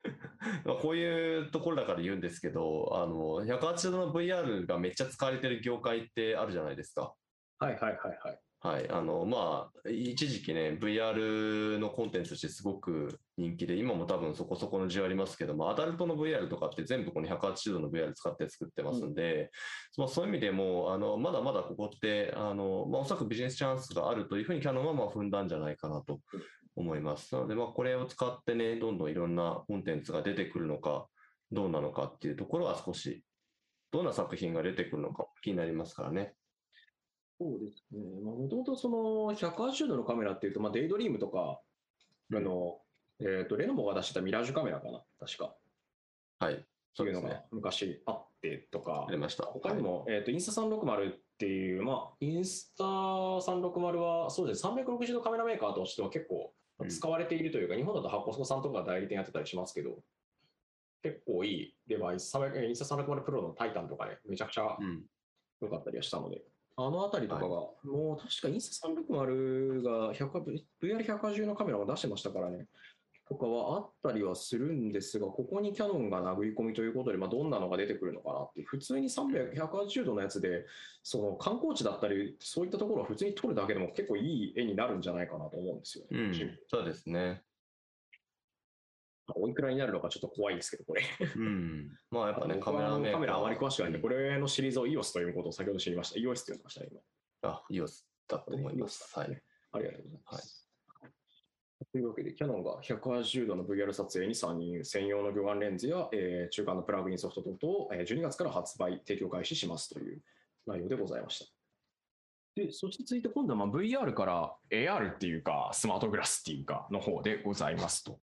まあこういうところだから言うんですけど、あの、ひゃくはちじゅうどの ブイアール がめっちゃ使われてる業界ってあるじゃないですか。 はいはいはいはい。 はい、あの、まあ、一時期ね、ブイアール のコンテンツとしてすごく人気で、今も多分そこそこの需要ありますけども、アダルトの ブイアール とかって全部このひゃくはちじゅうどの ブイアール 使って作ってますんで、まあ、そういう意味でも、あの、まだまだここって、あの、まあ、おそらくビジネスチャンスがあるというふうにキヤノンはまあ踏んだんじゃないかなと思います。なので、まあ、これを使ってね、どんどんいろんなコンテンツが出てくるのか、どうなのかっていうところは少し、どんな作品が出てくるのか気になりますからね。 そうですね。もともとそのひゃくはちじゅうどのカメラっていうと、まあ、デイドリームとか、あの、えっと、レノボが出してたミラージュカメラかな、確か。 はい、 っていうのが昔あってとか、 ありました。 他にも、はい、えっと、インスタさんびゃくろくじゅうっていう、まあ、インスタさんびゃくろくじゅうは、そうですね、さんびゃくろくじゅうどカメラメーカーとしては結構使われているというか、うん、日本だとハコスコさんとかが代理店やってたりしますけど、結構いいデバイス、インスタさんびゃくろくじゅうプロのタイタンとかね、めちゃくちゃ良かったりはしたので、うん、あのあたりとかが、はい、もう確かインスタさんびゃくろくじゅうが ブイアールひゃくはちじゅう のカメラを出してましたからね。とかはあったりはするんですが、ここにキヤノンが殴り込みということで、まあ、どんなのが出てくるのかなっていう、普通にさんびゃく、ひゃくはちじゅうどのやつで、その観光地だったり、そういったところを普通に撮るだけでも結構いい絵になるんじゃないかなと思うんですよね。 うん、そうですね。 おいくらになるのかちょっと怖いですけど、これ。 うん。まあやっぱね、カメラメーカー。 カメラあまり詳しくないんで、うん、これのシリーズを イーオーエス ということを先ほど知りました。イーオーエス って言ってましたね、今。 あ、イーオーエス だと思います。はい。 ありがとうございます。はいというわけで、キヤノンがひゃくはちじゅうどの ブイアール 撮影に参入、専用の魚眼レンズや、えー、中間のプラグインソフト等々をじゅうにがつから発売、提供開始しますという内容でございました。で、そして続いて今度はまあ ブイアール から エーアール っていうか、スマートグラスっていうかの方でございますと。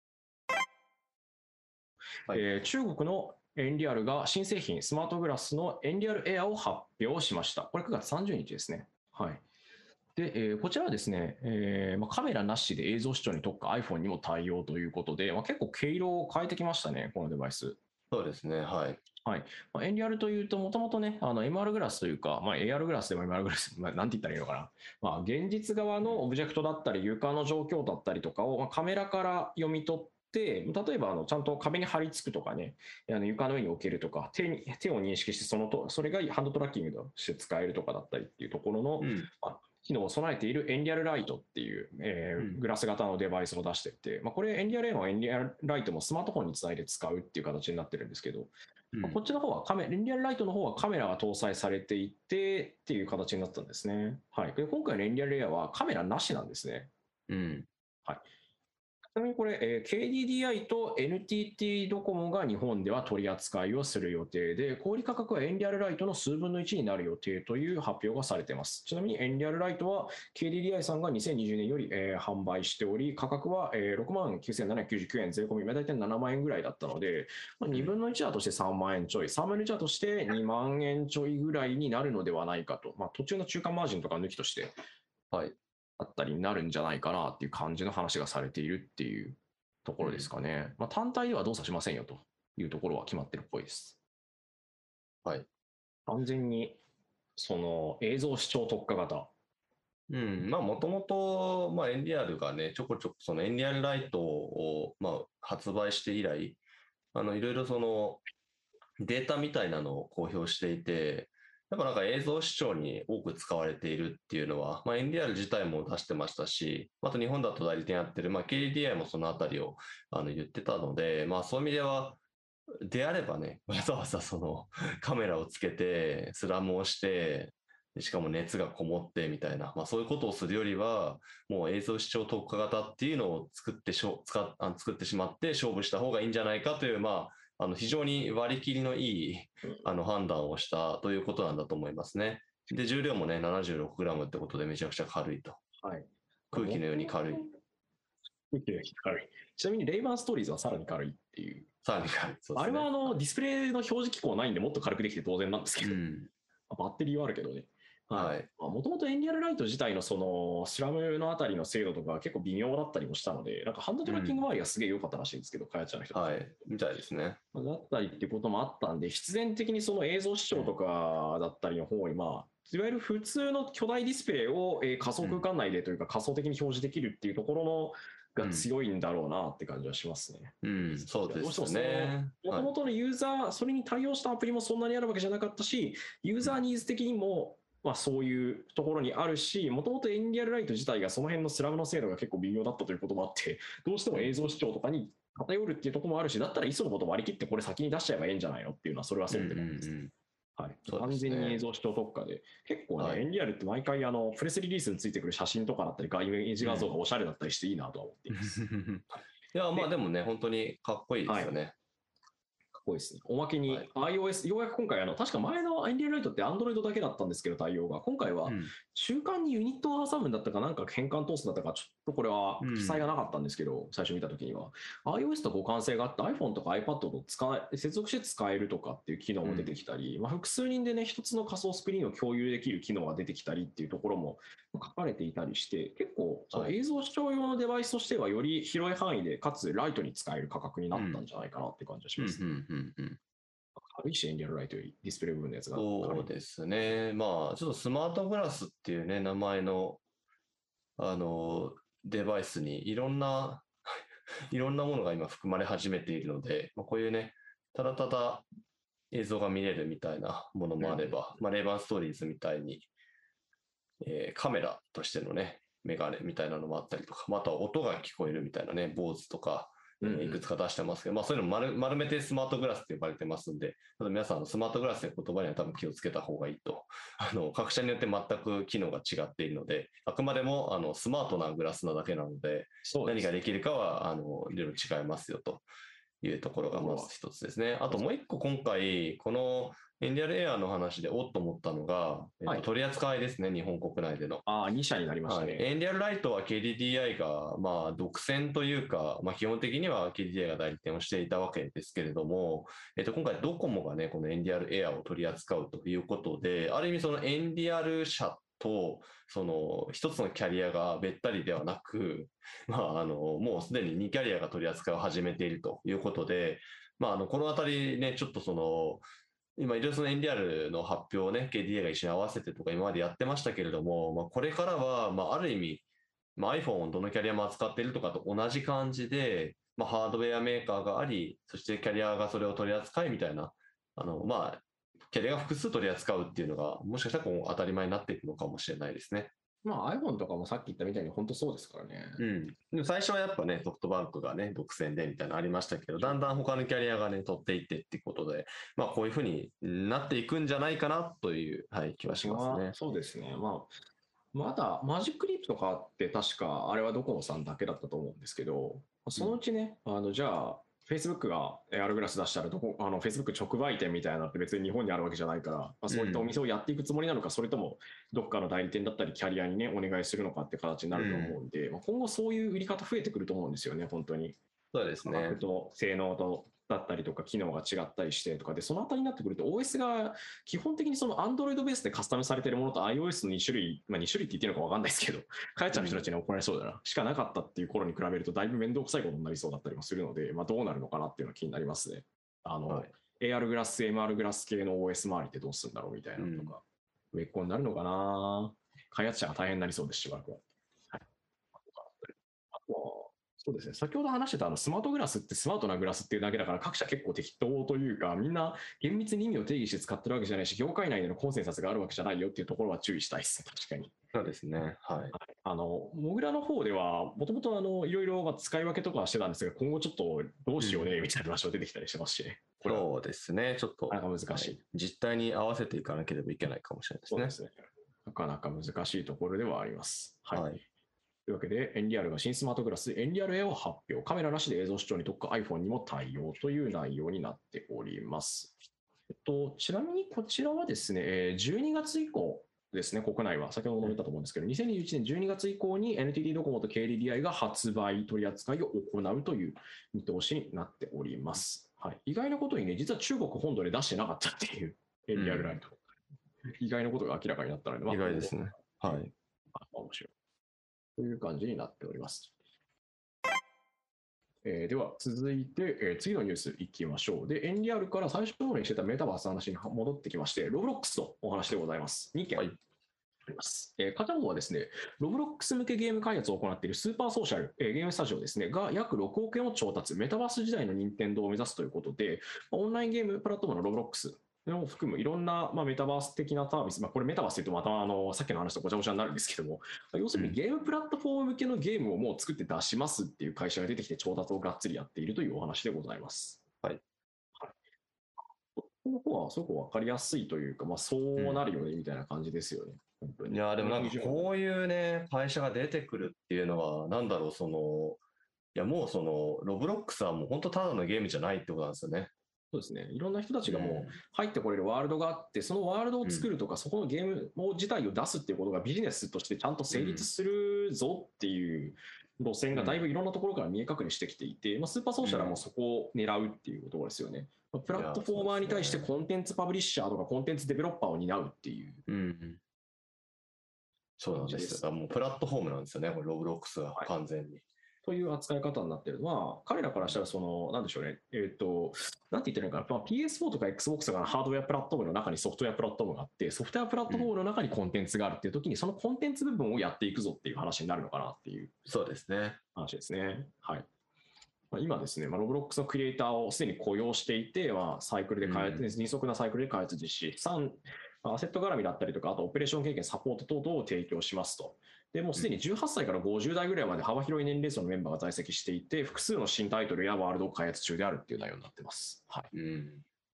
はいえー、中国のエンリアルが新製品、スマートグラスのエンリアルエアを発表しました。これくがつさんじゅうにちですね。はい。で、えー、こちらはですね、えーまあ、カメラなしで映像視聴に特化 iPhone にも対応ということで、まあ、結構毛色を変えてきましたね、このデバイス。 そうですね、はい。 はいまあ、エンリアルというと、もともとね、あの エムアール グラスというか、まあ、エーアール グラスでも エムアール グラス、まあ、なんて言ったらいいのかな、まあ、現実側のオブジェクトだったり、床の状況だったりとかを、まあ、カメラから読み取って、例えばあのちゃんと壁に貼り付くとかね、あの床の上に置けるとか、手に手を認識してそのと、それがハンドトラッキングとして使えるとかだったりっていうところの、うんまあ機能を備えているエンリアルライトっていう、えー、グラス型のデバイスを出していて、まあ、これエンリアル A もエンリアルライトもスマートフォンにつないで使うっていう形になってるんですけど、うん、こっちの方はカメエンリアルライトの方はカメラが搭載されていてっていう形になったんですね。はい、で今回のエンリアル A はカメラなしなんですね。 うんはいちなみにこれ、えー、ケーディーディーアイ と エヌティーティー ドコモが日本では取り扱いをする予定で、小売価格はエンリアルライトの数分のいちになる予定という発表がされています。ちなみにエンリアルライトは ケーディーディーアイ さんがにせんにじゅうねんより、えー、販売しており、価格は、えー、ろくまんきゅうせんななひゃくきゅうじゅうきゅうえん、税込み大体ななまんえんぐらいだったので、まあ、にぶんのいちだとしてさんまんえんちょい、さんぶんのいちだとしてにまんえんちょいぐらいになるのではないかと、まあ、途中の中間マージンとか抜きとして、はい、あったりになるんじゃないかなっていう感じの話がされているっていうところですかね。まあ、単体では動作しませんよというところは決まってるっぽいです。 はい。 完全にその映像視聴特化型。 うん、まあもともと、まあ、エンリアルがね、ちょこちょこそのエンリアルライトを、まあ、発売して以来、あのいろいろそのデータみたいなのを公表していて、やっぱなんか映像視聴に多く使われているっていうのは、まあ、エンリアル自体も出してましたし、あと日本だと代理店やってる、まあ、ケーディーディーアイ もそのあたりをあの言ってたので、まあそういう意味では、であればね、わざわざそのカメラをつけて、スラムをして、しかも熱がこもってみたいな、まあそういうことをするよりは、もう映像視聴特化型っていうのを作ってしょ使っあの作ってしまって勝負した方がいいんじゃないかという、まあ、あの非常に割り切りのいいあの判断をしたということなんだと思いますね。で、重量もね、ななじゅうろくグラム ってことでめちゃくちゃ軽いと。 はい、 空気のように軽い。 空気のように軽い。ちなみにレイバンストーリーズはさらに軽いっていう。 さらに軽い。そうですね、 あれはあのディスプレイの表示機構ないんでもっと軽くできて当然なんですけど、 うん、 バッテリーはあるけどね。 はい。 もともとエンリアルライト自体のそのスラムのあたりの精度とか結構微妙だったりもしたので、なんかハンドトラッキング周りがすげえ良かったらしいんですけど、開発者の人たち。 はい、みたいですね。 だったりっていうこともあったんで、必然的にその映像視聴とかだったりの方に、まあ、いわゆる普通の巨大ディスプレイを仮想空間内でというか仮想的に表示できるっていうところのが強いんだろうなって感じはしますね。 うん、そうですね。 もともとのユーザー、それに対応したアプリもそんなにあるわけじゃなかったし、ユーザーニーズ的にも、まあ、そういうところにあるし、もともとエンリアルライト自体がその辺のスラムの精度が結構微妙だったということもあって、どうしても映像視聴とかに偏るっていうところもあるし、だったらいっそのこと割り切ってこれ先に出しちゃえばいいんじゃないのっていうのは、それはそうって感じです。うんうんうん、はい、完全に映像視聴特化で、結構ね、はい、エンリアルって毎回あのプレスリリースについてくる写真とかだったり、イメージ画像がおしゃれだったりしていいなとは思っています。うん、 いや、まあでもね、本当にかっこいいですよね。はい、 かっこいいですね。おまけに iOS、ようやく今回あの、確か前のエンリアルライトって Android だけだったんですけど、対応が。今回は中間にユニットを挟むんだったか、なんか変換通すんだったか、ちょっとこれは記載がなかったんですけど、うん、最初見たときには。iOS と互換性があって iPhone とか iPad と使え接続して使えるとかっていう機能も出てきたり、うん、まあ、複数人でね、一つの仮想スクリーンを共有できる機能が出てきたりっていうところも書かれていたりして、結構その映像視聴用のデバイスとしてはより広い範囲で、かつライトに使える価格になったんじゃないかなって感じがします。軽いし、エンリアルライトよりディスプレイ部分のやつが。 そうですね。まあ、ちょっとスマートグラスっていうね、名前の、あの、デバイスにいろんな、いろんなものが今含まれ始めているので、まあ、こういうね、ただただ映像が見れるみたいなものもあれば、うん、まあ、レイバンストーリーズみたいに、えー、カメラとしてのね、メガネみたいなのもあったりとか、また音が聞こえるみたいなね、坊主とか、いくつか出してますけど、うん、まあそういうの丸丸めてスマートグラスって呼ばれてますんで、ただ皆さんスマートグラスって言葉には多分気をつけた方がいいと。あの、各社によって全く機能が違っているので、あくまでもあのスマートなグラスなだけなので、何ができるかはあのいろいろ違いますよというところがまず一つですね。あともう一個今回、このエンリアルエアーの話でおっと思ったのが、えっとはい、取り扱いですね、日本国内での。 ああ、に社になりましたね。はい、 エンリアルライトは ケーディーディーアイ が、まあ、独占というか、まあ、基本的には ケーディーディーアイ が代理店をしていたわけですけれども、えっと、今回ドコモがね、このエンリアルエアーを取り扱うということで、ある意味そのエンリアル社と、その一つのキャリアがべったりではなく、まあ、あの、もうすでににキャリアが取り扱いを始めているということで、まあ、あの、このあたりね、ちょっとその、今、いろいろその エンディーアール の発表をね、ケーディーエー が一緒に合わせてとか今までやってましたけれども、まあ、これからは、まあ、ある意味、まあ、iPhone をどのキャリアも扱っているとかと同じ感じで、まあ、ハードウェアメーカーがあり、そしてキャリアがそれを取り扱いみたいな、あの、まあ、キャリアが複数取り扱うっていうのが、もしかしたら今後当たり前になっていくのかもしれないですね。 まあ iPhone とかもさっき言ったみたいに本当そうですからね。 うん。でも最初はやっぱね、ソフトバンクがね、独占でみたいなのありましたけど、だんだん他のキャリアがね、取っていってっていうことで、まあこういうふうになっていくんじゃないかなという、はい、気はしますね。 そうですね。まあ、まだマジックリープとかって確かあれはドコモさんだけだったと思うんですけど、そのうちね、うん、あのじゃあ、Facebook が エーアール グラス出したらどこ、あの Facebook 直売店みたいなのって別に日本にあるわけじゃないから、まあ、そういったお店をやっていくつもりなのか、うん、それともどっかの代理店だったりキャリアにね、お願いするのかって形になると思うんで、うん、まあ、今後そういう売り方増えてくると思うんですよね、本当に。 そうですね。 価格と性能とだったりとか機能が違ったりしてとかで、そのあたりになってくると オーエス が基本的にその Android ベースでカスタムされているものと iOS のに種類、まあに種類って言っていいのか分かんないですけど、開発者の人たちに怒られそうだな、しかなかったっていう頃に比べるとだいぶ面倒くさいことになりそうだったりもするので、まあどうなるのかなっていうのは気になりますね。あの、はい、エーアール グラス、エムアール グラス系の オーエス 周りってどうするんだろうみたいなのとか、うん、上っ子になるのかな、開発者が大変になりそうですしばらくは。はい、あとそうですね、先ほど話してたあのスマートグラスってスマートなグラスっていうだけだから各社結構適当というか、みんな厳密に意味を定義して使ってるわけじゃないし、業界内でのコンセンサスがあるわけじゃないよっていうところは注意したいですね、確かに。 そうですね、はい。 あのモグラの方ではもともといろいろ使い分けとかはしてたんですが、今後ちょっとどうしようねみたいな話が出てきたりしてますしね。 うん、そうですね、ちょっとなかなか難しい、はい、 実態に合わせていかなければいけないかもしれないですね。 そうですね、なかなか難しいところではあります。はい、はい、というわけで、エンリアルが新スマートグラス、エンリアルエアを発表。カメラなしで映像視聴に特化、iPhone にも対応という内容になっております。えっと、ちなみにこちらはですね、じゅうにがつ以降ですね、国内は、先ほど述べたと思うんですけど、にせんにじゅういちねんじゅうにがつ以降に エヌティーティー ドコモと ケーディーディーアイ が発売、取り扱いを行うという見通しになっております。はい、意外なことにね、実は中国本土で出してなかったっていう、エンリアルライト。うん、意外なことが明らかになったので、まあ、 意外ですね。はい。 あ、面白い。という感じになっております。えー、では続いて、えー、次のニュースいきましょう。で、エンリアルから最初の方にしてたメタバースの話に戻ってきまして、ロブロックスのお話でございます。にけん。はい、 あります。えー片方はですね、ロブロックス向けゲーム開発を行っているスーパーソーシャル、えーゲームスタジオですね、が約ろくおくえんを調達、メタバース時代の任天堂を目指すということで、まあオンラインゲームプラットフォームのロブロックスを含むいろんな、まあ、メタバース的なサービス、まあ、これメタバースというとまたあのさっきの話とごちゃごちゃになるんですけども、まあ要するにゲームプラットフォーム向けのゲームをもう作って出しますっていう会社が出てきて調達をがっつりやっているというお話でございます。 はい。 この方はすごく分かりやすいというか、まあ、そうなるよねみたいな感じですよね。本当に。 いや、でもなんかこういうね、会社が出てくるっていうのは、なんだろう、その、いやもうその、ロブロックスはもう本当ただのゲームじゃないってことなんですよね。 そうですね。いろんな人たちがもううん入ってこれるワールドがあって、そのワールドをうん作るとか、そこのゲーム自体を出すっていうことがビジネスとしてちゃんと成立するぞっていう路線がだいぶいろんなところから見え隠れしてきていて、まあ、スーパーソーシャルはもうそこを狙うっていうところですよね。まあプラットフォーマーに対してコンテンツパブリッシャーとかコンテンツデベロッパーを担うっていううんうんそうなんですよ。 感じです。 だからもうプラットフォームなんですよね、これロブロックスがはい完全に。 という扱い方になっているのは、彼らからしたら、その、なんでしょうね、えっ、と、なんて言ってるのかな、まあ、ピーエスフォー とか Xbox とかのハードウェアプラットフォームの中にソフトウェアプラットフォームがあって、ソフトウェアプラットフォームの中にコンテンツがあるっていう時に、そのコンテンツ部分をやっていくぞっていう話になるのかなっていうそうですね。 話ですね。はい。まあ、今ですね、まあ、ロブロックスのクリエイターをすでに雇用していて、まあ、サイクルで開発、 うん迅速なサイクルで開発実施、さん、まあアセット絡みだったりとか、あとオペレーション経験、サポート等々を提供しますと。でもうすでにじゅうはっさいからごじゅう代ぐらいまで幅広い年齢層のメンバーが在籍していて、複数の新タイトルやワールドを開発中であるっていう内容になっています。はい。 うん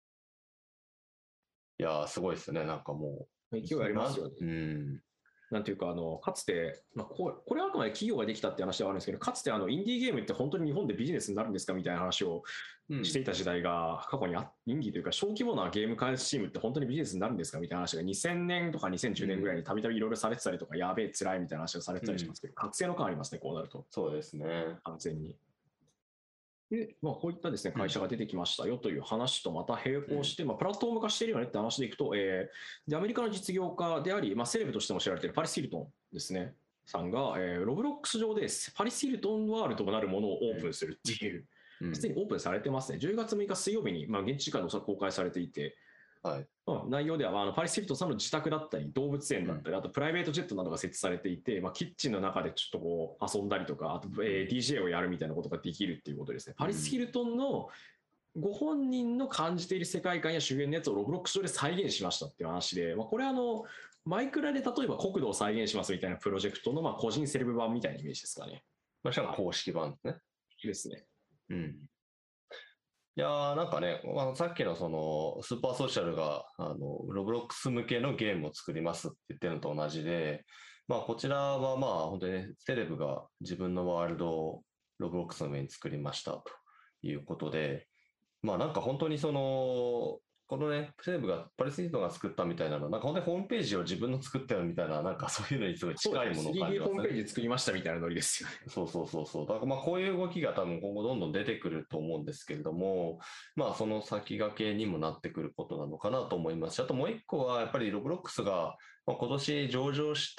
いやー、すごいですよね、なんかもう。 勢いありますよね。 うんなんていうか、あのかつて、まあ、ここれはあくまで企業ができたって話ではあるんですけど、かつてあのインディーゲームって本当に日本でビジネスになるんですかみたいな話をうんしていた時代が過去にあ、インディーというか小規模なゲーム開発チームって本当にビジネスになるんですかみたいな話がにせんねんとかにせんじゅうねんぐらいにたびたびいろいろされてたりとか、やべえ、辛いみたいな話がされてたりしますけど、覚醒の感ありますね、こうなると。 そうですね。 完全に。で、まあ、こういったですね、会社が出てきましたよという話とまた並行して、まあ、プラットフォーム化しているよねって話でいくと、えーで、アメリカの実業家であり、まあ、セレブとしても知られているパリス・ヒルトンですね、さんが、えーロブロックス上でパリス・ヒルトンワールドとなるものをオープンするっていう、 うんすでにオープンされてますね。じゅうがつむいか水曜日に、まあ、現地時間でおそらく公開されていて、 はい。 まあ内容では、まああのパリス・ヒルトンさんの自宅だったり、動物園だったり、あとプライベートジェットなどが設置されていて、まあ、キッチンの中でちょっとこう遊んだりとか、あと、えー ディージェー をやるみたいなことができるっていうことですね。パリス・ヒルトンのご本人の感じている世界観や主演のやつをロブロックス上で再現しましたっていう話で、まあ、これはあのマイクラで例えば国土を再現しますみたいなプロジェクトのまあ個人セレブ版みたいなイメージですかね。 まあ、しかも公式版ですね。 ですね。 うんいやーなんかね、まあ、さっきのそのスーパーソーシャルがあのロブロックス向けのゲームを作りますって言ってるのと同じで、まあ、こちらはまあ本当にね、セレブが自分のワールドをロブロックスの上に作りましたということで、まあなんか本当にその、このね、セレブがパリスイートが作ったみたいなの、なんか本当にホームページを自分の作ったよみたいな、なんかそういうのにすごい近いものを感じますね。 スリーディー ホームページ作りましたみたいなノリですよね。 そうそうそうそう。だからまあこういう動きが多分今後どんどん出てくると思うんですけれども、まあその先駆けにもなってくることなのかなと思いますし、あともう一個はやっぱりロブロックスがまあ今年上場して、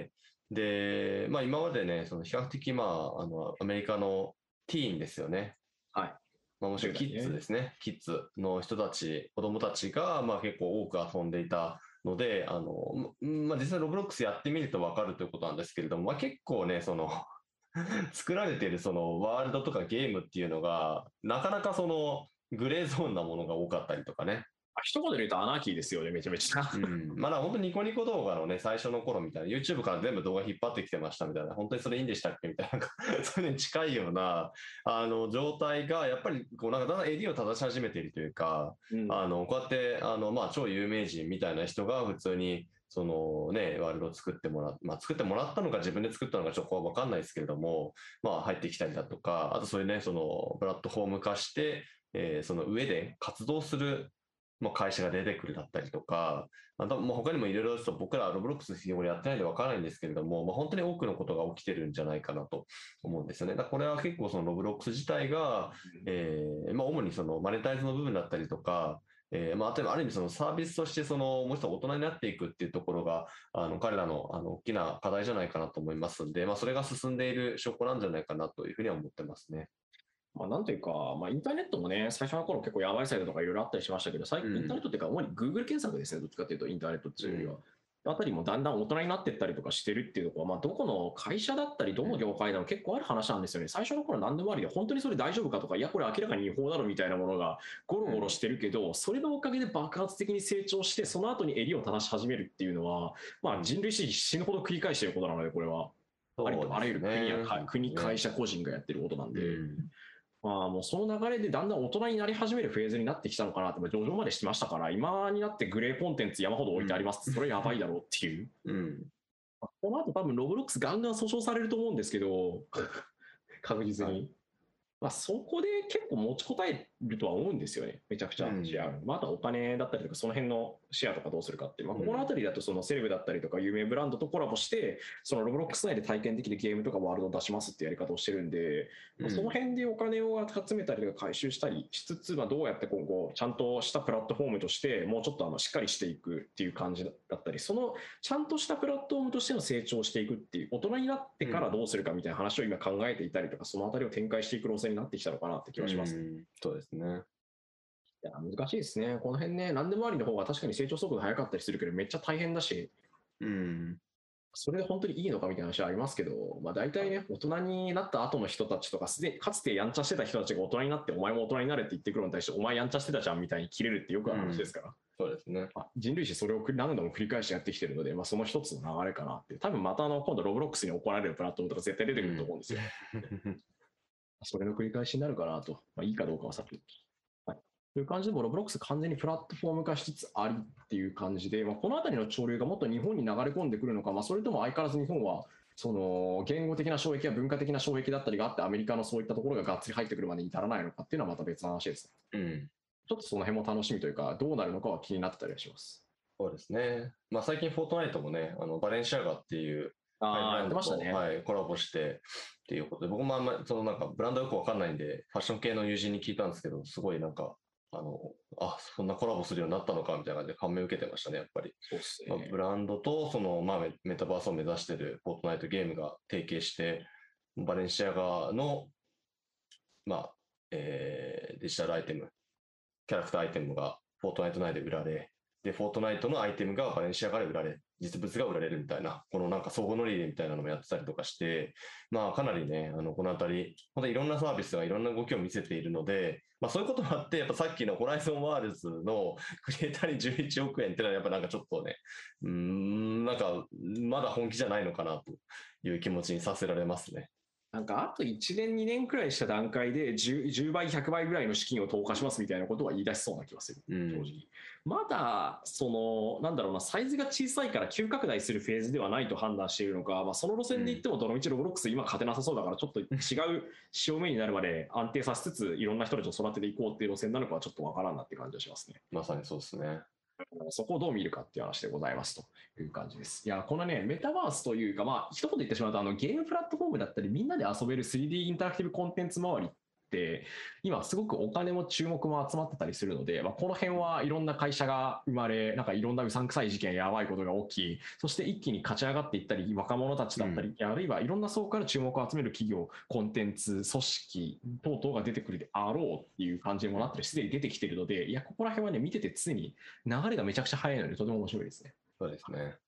で、まあ今までね、その比較的まああのアメリカのティーンですよね。 はい。 まあ、もしくはキッズですね。キッズの人たち、子供たちがまあ結構多く遊んでいたので、あの、まあ実際ロブロックスやってみると分かるということなんですけれども、まあ結構ね、その作られているそのワールドとかゲームっていうのが、なかなかそのグレーゾーンなものが多かったりとかね。 一言で言うとアナーキーですよね、めちゃめちゃ。 うん。まだ本当にニコニコ動画のね、最初の頃みたいな、YouTube から全部動画引っ張ってきてましたみたいな、本当にそれいいんでしたっけみたいな、そういうのに近いような、あの、状態が、やっぱり、こう、なんかだんだんエディを正し始めているというか、 うんあの、こうやって、あの、まあ、超有名人みたいな人が普通に、そのね、ワールドを作ってもらっまあ、作ってもらったのか自分で作ったのかちょっとわかんないですけれども、まあ、入ってきたりだとか、あとそういうね、その、プラットフォーム化して、えーその上で活動するまあ、会社が出てくるだったりとか、あとまあ他にもいろいろと僕らロブロックス日頃やってないんでわからないんですけれども、まあ、本当に多くのことが起きてるんじゃないかなと思うんですよね。だからこれは結構そのロブロックス自体が、えーまあ、主にそのマネタイズの部分だったりとか、えーまあ、例えばある意味そのサービスとしてそのもう一つ大人になっていくっていうところがあの彼らのあの大きな課題じゃないかなと思いますんで、まあ、それが進んでいる証拠なんじゃないかなというふうには思ってますね。 まあ、なんというか、まあ、インターネットもね、最初の頃結構やばいサイトとかいろいろあったりしましたけど、最近インターネットっていうか、主に Google 検索ですね、どっちかというと、インターネットっていうよりは。 あたりもだんだん大人になっていったりとかしてるっていうところは、まあ、どこの会社だったり、どの業界でも結構ある話なんですよね。最初の頃何でもありで、本当にそれ大丈夫かとか、いや、これ明らかに違法だろみたいなものがゴロゴロしてるけど、それのおかげで爆発的に成長して、その後に襟を正し始めるっていうのは、まあ、人類史死ぬほど繰り返していることなので、これは。ありとあらゆる国や会、国、会社、個人がやってることなんで。うんまあ、もうその流れでだんだん大人になり始めるフェーズになってきたのかなって、上場までしてましたから、今になってグレーコンテンツ山ほど置いてありますって、それやばいだろうっていう。うん、この後多分ロブロックスガンガン訴訟されると思うんですけど、確実に。はいまあ、そこで結構持ちこたえるとは思うんですよね、めちゃくちゃシェア、うんまあ、あとはお金だったりとか、その辺のシェアとかどうするかって、まあ、ここのあたりだとそのセレブだったりとか、有名ブランドとコラボして、そのロブロックス内で体験できるゲームとかワールドを出しますってやり方をしてるんで、まあ、その辺でお金を集めたりとか回収したりしつつ、まあ、どうやって今後、ちゃんとしたプラットフォームとして、もうちょっとあのしっかりしていくっていう感じだったり、そのちゃんとしたプラットフォームとしての成長していくっていう、大人になってからどうするかみたいな話を今考えていたりとか、そのあたりを展開していく路線になってきたのかなって気がします、ね。 うんそうですね。 いや難しいですね。この辺ね、何でもありの方が確かに成長速度速かったりするけど、めっちゃ大変だし、うん、それで本当にいいのかみたいな話はありますけど、まあ、大体ね、大人になった後の人たちとか、すでにかつてやんちゃしてた人たちが大人になって、お前も大人になれって言ってくるのに対して、お前やんちゃしてたじゃんみたいに切れるってよくある話ですから。うんそうですね、 まあ、人類史それを何度も繰り返してやってきてるので、まあ、その一つの流れかなって。多分またあの今度ロブロックスに怒られるプラットフォームとか絶対出てくると思うんですよ。うん、それの繰り返しになるかなと。まあ、いいかどうかはさっき。はいという感じでも、ロブロックス完全にプラットフォーム化しつつありっていう感じで、まあ、このあたりの潮流がもっと日本に流れ込んでくるのか、まあ、それとも相変わらず日本はその言語的な障壁や文化的な障壁だったりがあって、アメリカのそういったところががっつり入ってくるまでに至らないのかっていうのはまた別の話ですね。うんちょっとその辺も楽しみというか、どうなるのかは気になってたりはします。 そうですね。まあ、最近、フォートナイトもね、あのバレンシアガっていうあやってましたね、 はい、コラボしてっていうことで、僕もあんまりそのなんかブランドよくわかんないんで、ファッション系の友人に聞いたんですけど、すごいなんか、あのあそんなコラボするようになったのかみたいな感じで感銘を受けてましたね、やっぱり。 そうですねまあ、ブランドとその、まあ、メタバースを目指しているフォートナイトゲームが提携して、バレンシアガの、まあえー、デジタルアイテム、キャラクターアイテムがフォートナイト内で売られ、で、フォートナイトのアイテムがバレンシアガで売られ、実物が売られるみたいな、このなんか相互乗り入れみたいなのもやってたりとかして、まあかなりね、あの、このあたり、本当にいろんなサービスがいろんな動きを見せているので、まあそういうこともあって、やっぱさっきのホライゾンワールズのクリエイターにじゅういちおくえんっていうのはやっぱなんかちょっとね、うーん、なんかまだ本気じゃないのかなという気持ちにさせられますね。 なんかあといちねんにねんくらいした段階で 10, じゅうばいひゃくばいぐらいの資金を投下しますみたいなことは言い出しそうな気がする、うん、正直まだそのなんだろうなサイズが小さいから急拡大するフェーズではないと判断しているのか、まあ、その路線で言ってもどのみちロブロックス今勝てなさそうだからちょっと違う潮目になるまで安定させつついろんな人たちを育てていこうっていう路線なのかはちょっとわからんなって感じがしますね。 まさにそうですね。 そこをどう見るかっていう話でございますという感じです。いや、このね、メタバースというか、まあ、一言言ってしまうと、あのゲームプラットフォームだったり、みんなで遊べる スリーディー インタラクティブコンテンツ周りって、今すごくお金も注目も集まってたりするので、まあ、この辺はいろんな会社が生まれ、なんかいろんなうさんくさい事件やばいことが起き、そして一気に勝ち上がっていったり、若者たちだったり、うん、あるいはいろんな層から注目を集める企業、コンテンツ、組織等々が出てくるであろうっていう感じにもなってすでに出てきているので、いや、ここら辺はね、見てて常に流れがめちゃくちゃ早いので、とても面白いですね。 そうですね。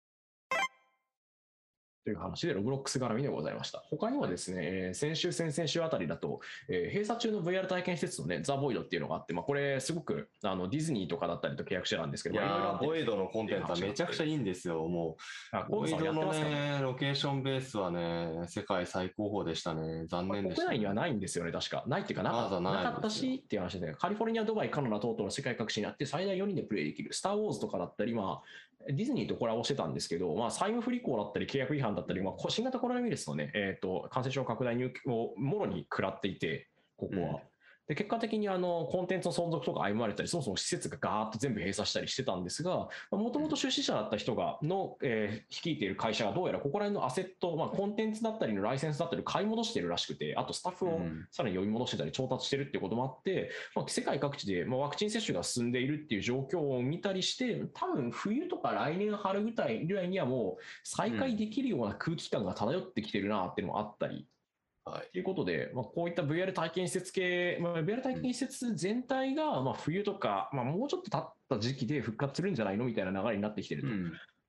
という話でロブロックス絡みでございました。他にはですね、えー、先週、先々週あたりだと、えー、閉鎖中の ブイアール 体験施設のね、ザ・ボイドっていうのがあって、まあ、これすごくあのディズニーとかだったりと契約してたんですけど、 いやー、ボイドのコンテンツはめちゃくちゃいいんですよ、もう。ボイドのね、ロケーションベースはね、世界最高峰でしたね。残念でした、ね。 国内にはないんですよね、確か。ないっていうかなか、ま、なかったしっていう話で、カリフォルニア、ドバイ、カナダ等々の世界各地にあって、最大よにんでプレイできる。スター・ウォーズとかだったり、まあ、ディズニーとコラボしてたんですけど、まあ、債務不履行だったり契約違反だったり、まあ、新型コロナウイルスの、ねえー、と感染症拡大をもろに食らっていて、ここは。うんで結果的にあのコンテンツの存続とか歩まれたり、そもそも施設がガーッと全部閉鎖したりしてたんですが、もともと出資者だった人がの、えー、率いている会社がどうやらここら辺のアセット、まあ、コンテンツだったりのライセンスだったりを買い戻しているらしくて、あとスタッフをさらに呼び戻してたり調達してるっていうこともあって、まあ、世界各地でワクチン接種が進んでいるっていう状況を見たりして、多分冬とか来年春ぐらいにはもう再開できるような空気感が漂ってきてるなっていうのもあったり。はい、ということで、まあ、こういった ブイアール 体験施設系、まあ、ブイアール 体験施設全体がまあ冬とか、まあ、もうちょっと経った時期で復活するんじゃないのみたいな流れになってきていると。うん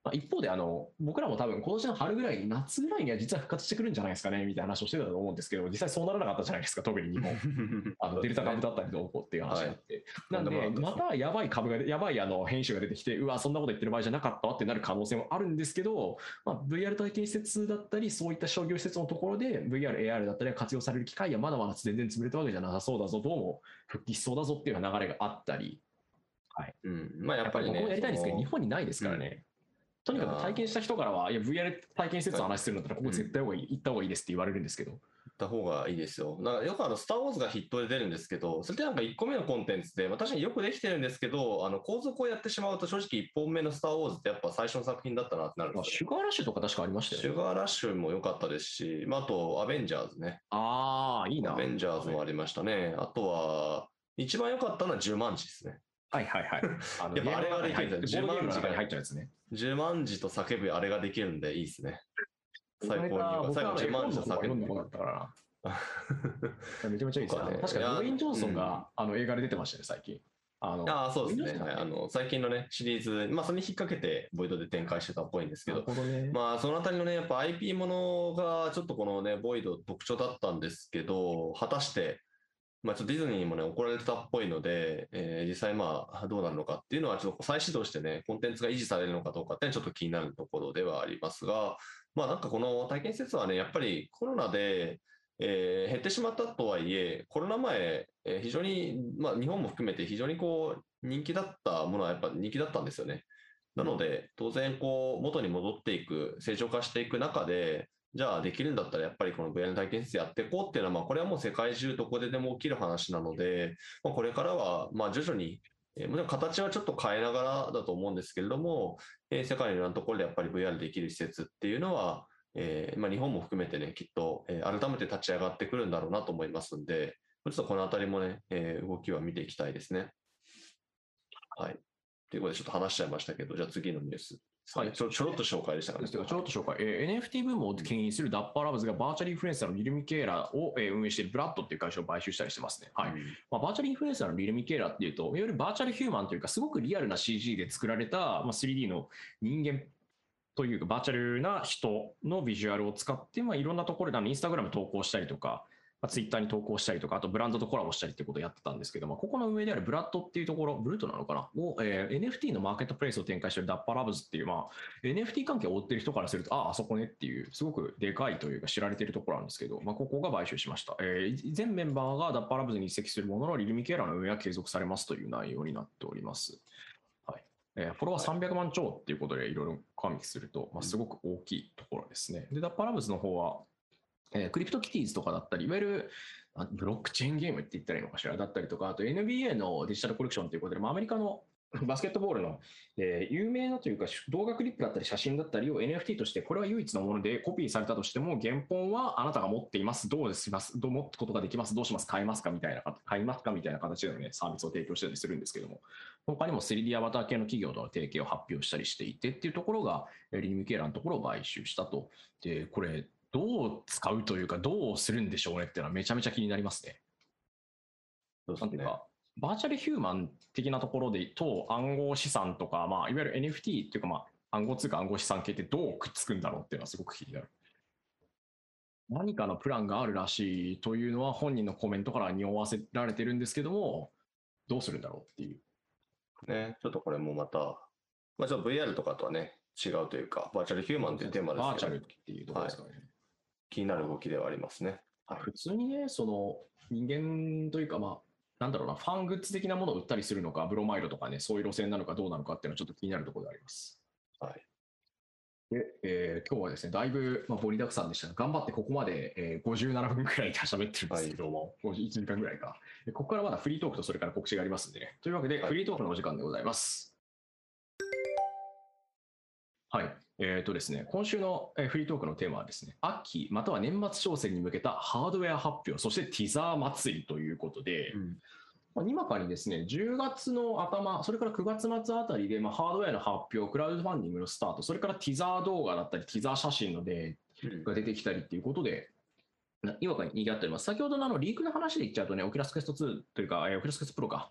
まあ、一方であの僕らも多分今年の春ぐらいに夏ぐらいには実は復活してくるんじゃないですかねみたいな話をしてたと思うんですけど、実際そうならなかったじゃないですか、特に日本。あのデルタ株だったりどうこうっていう話があって、はい、なんでまたやばい株がやばいあの変異種が出てきて、うわそんなこと言ってる場合じゃなかったわってなる可能性もあるんですけど、まあ、ブイアール 体験施設だったりそういった商業施設のところで ブイアール、エーアール だったり活用される機会はまだまだ全然潰れたわけじゃなさそうだぞ、どうも復帰しそうだぞっていう流れがあったり、はい、 うん、まあやっぱりね、 僕もやりたいんですけど日本にないですからね。うん、とにかく体験した人からは、いや ブイアール 体験施設の話するんだったら、ここ絶対行った方がいいですって言われるんですけど。 行った方がいいですよ。なんかよくあの、スター・ウォーズがヒットで出るんですけど、それってなんかいっこめのコンテンツで、まあ、確かによくできてるんですけど、あの後続をやってしまうと、正直いっぽんめのスター・ウォーズってやっぱ最初の作品だったなってなるんですよ。 シュガーラッシュとか確かありましたよね。 シュガーラッシュも良かったですし、まあ、あと、アベンジャーズね。 ああ、いいな。 アベンジャーズもありましたね。あとは、一番良かったのはジュマンジですね。 はいはいはい。 あのやっぱあれができるんで、 ジュマンジが入っちゃうやつね。 ジュマンジと叫ぶあれができるんでいいですね。最高に。 最後ジュマンジと叫ぶの方だったからな。めちゃめちゃいいですね。確かにドウェイン・ジョンソンがあの映画で出てましたね、最近。 あのあそうですね、はい、あの最近のねシリーズ、まあ、それに引っ掛けてボイドで展開してたっぽいんですけど、 ね、 まあそのあたりのねやっぱ アイピー ものがちょっとこのねボイド特徴だったんですけど、果たしてまあちょっとディズニーにもね怒られてたっぽいので、えー、実際まあどうなるのかっていうのはちょっと再始動してねコンテンツが維持されるのかどうかってちょっと気になるところではありますが、まあなんかこの体験施設はねやっぱりコロナでえー、減ってしまったとはいえ、コロナ前、えー、非常に、まあ、日本も含めて非常にこう人気だったものはやっぱ人気だったんですよね。なので、当然こう元に戻っていく、成長化していく中で、じゃあできるんだったらやっぱりこの ブイアール 体験施設やっていこうっていうのは、まあ、これはもう世界中どこででも起きる話なので、まあ、これからはまあ徐々に、えー、もちろん形はちょっと変えながらだと思うんですけれども、えー、世界のいろんなところでやっぱり ブイアール できる施設っていうのは、えーまあ、日本も含めてね、きっと、えー、改めて立ち上がってくるんだろうなと思いますんで、ちょっとこのあたりもね、えー、動きは見ていきたいですね。はい。ということで、ちょっと話しちゃいましたけど、じゃあ次のニュース。はい、ちょちょろっと紹介でしたかね。 ちょろっと紹介。えー、エヌエフティー ブームを牽引するダッパーラブズがバーチャルインフルエンサーのリルミケーラーを、えー、運営しているブラッドっていう会社を買収したりしてますね。はい。うん、まあ、バーチャルインフルエンサーのリルミケーラーっていうと、いわゆるバーチャルヒューマンというか、すごくリアルな シージー で作られた、まあ、スリーディー の人間というかバーチャルな人のビジュアルを使って、まあ、いろんなところでインスタグラム投稿したりとか、まあ、ツイッターに投稿したりとか、あとブランドとコラボしたりってことをやってたんですけど、まあ、ここの運営であるブラッドっていうところ、ブルートなのかなを、えー、エヌエフティー のマーケットプレイスを展開しているダッパーラブズっていう、まあ、エヌエフティー 関係を追ってる人からすると、ああ、あそこねっていう、すごくでかいというか知られているところなんですけど、まあ、ここが買収しました。えー、全メンバーがダッパーラブズに移籍するものの、リルミケーラーの運営は継続されますという内容になっております。えー、フォロワーさんびゃくまん超っていうことでいろいろ加味すると、まあ、すごく大きいところですね。で、ダッパーラブズの方は、えー、クリプトキティーズとかだったり、いわゆるブロックチェーンゲームって言ったらいいのかしら、だったりとか、あと エヌビーエー のデジタルコレクションということで、まあ、アメリカのバスケットボールの、えー、有名なというか動画クリップだったり写真だったりを エヌエフティー としてこれは唯一のものでコピーされたとしても原本はあなたが持っています、どうします、どう持つことができます、どうします、買いますかみたいな、買いますかみたいな形での、ね、サービスを提供してたりするんですけども、他にも スリーディー アバター系の企業との提携を発表したりしていてっていうところがリルミケーラーのところを買収したと。でこれどう使うというかどうするんでしょうねっていうのはめちゃめちゃ気になりますね。 そうですね。 なんていうかバーチャルヒューマン的なところでと暗号資産とか、まあ、いわゆる エヌエフティー っていうか、まあ、暗号通貨暗号資産系ってどうくっつくんだろうっていうのはすごく気になる。何かのプランがあるらしいというのは本人のコメントから匂わせられてるんですけども、どうするんだろうっていう。 ね、ちょっとこれもまた、まあ、ちょっと ブイアール とかとはね、違うというか、バーチャルヒューマンというテーマですけど、 バーチャルっていうところですかね、はい。 気になる動きではありますね。 はい、普通にね、その人間というか、まあ、なんだろうな、ファングッズ的なものを売ったりするのか、ブロマイドとかね、そういう路線なのかどうなのかっていうのはちょっと気になるところであります。 はい。 で、えー、今日はですね、だいぶ、まあ、盛りだくさんでしたが、頑張ってここまで、えー、ごじゅうななふんくらいで喋ってるんですけども、はい、いちじかんぐらいか。ここからまだフリートークとそれから告知がありますんでね。というわけで、フリートークのお時間でございます。はい。えーとですね、今週のフリートークのテーマはですね、秋または年末商戦に向けたハードウェア発表、そしてティザー祭りということで、うんまあ、にまかにですね、じゅうがつの頭、それからくがつ末あたりで、まあ、ハードウェアの発表、クラウドファンディングのスタート、それからティザー動画だったり、ティザー写真の例が出てきたりということで、にわかに賑わっております。先ほどのあのリークの話で言っちゃうとね、オキュラスクエストツーというか、オキュラスクエストプロか。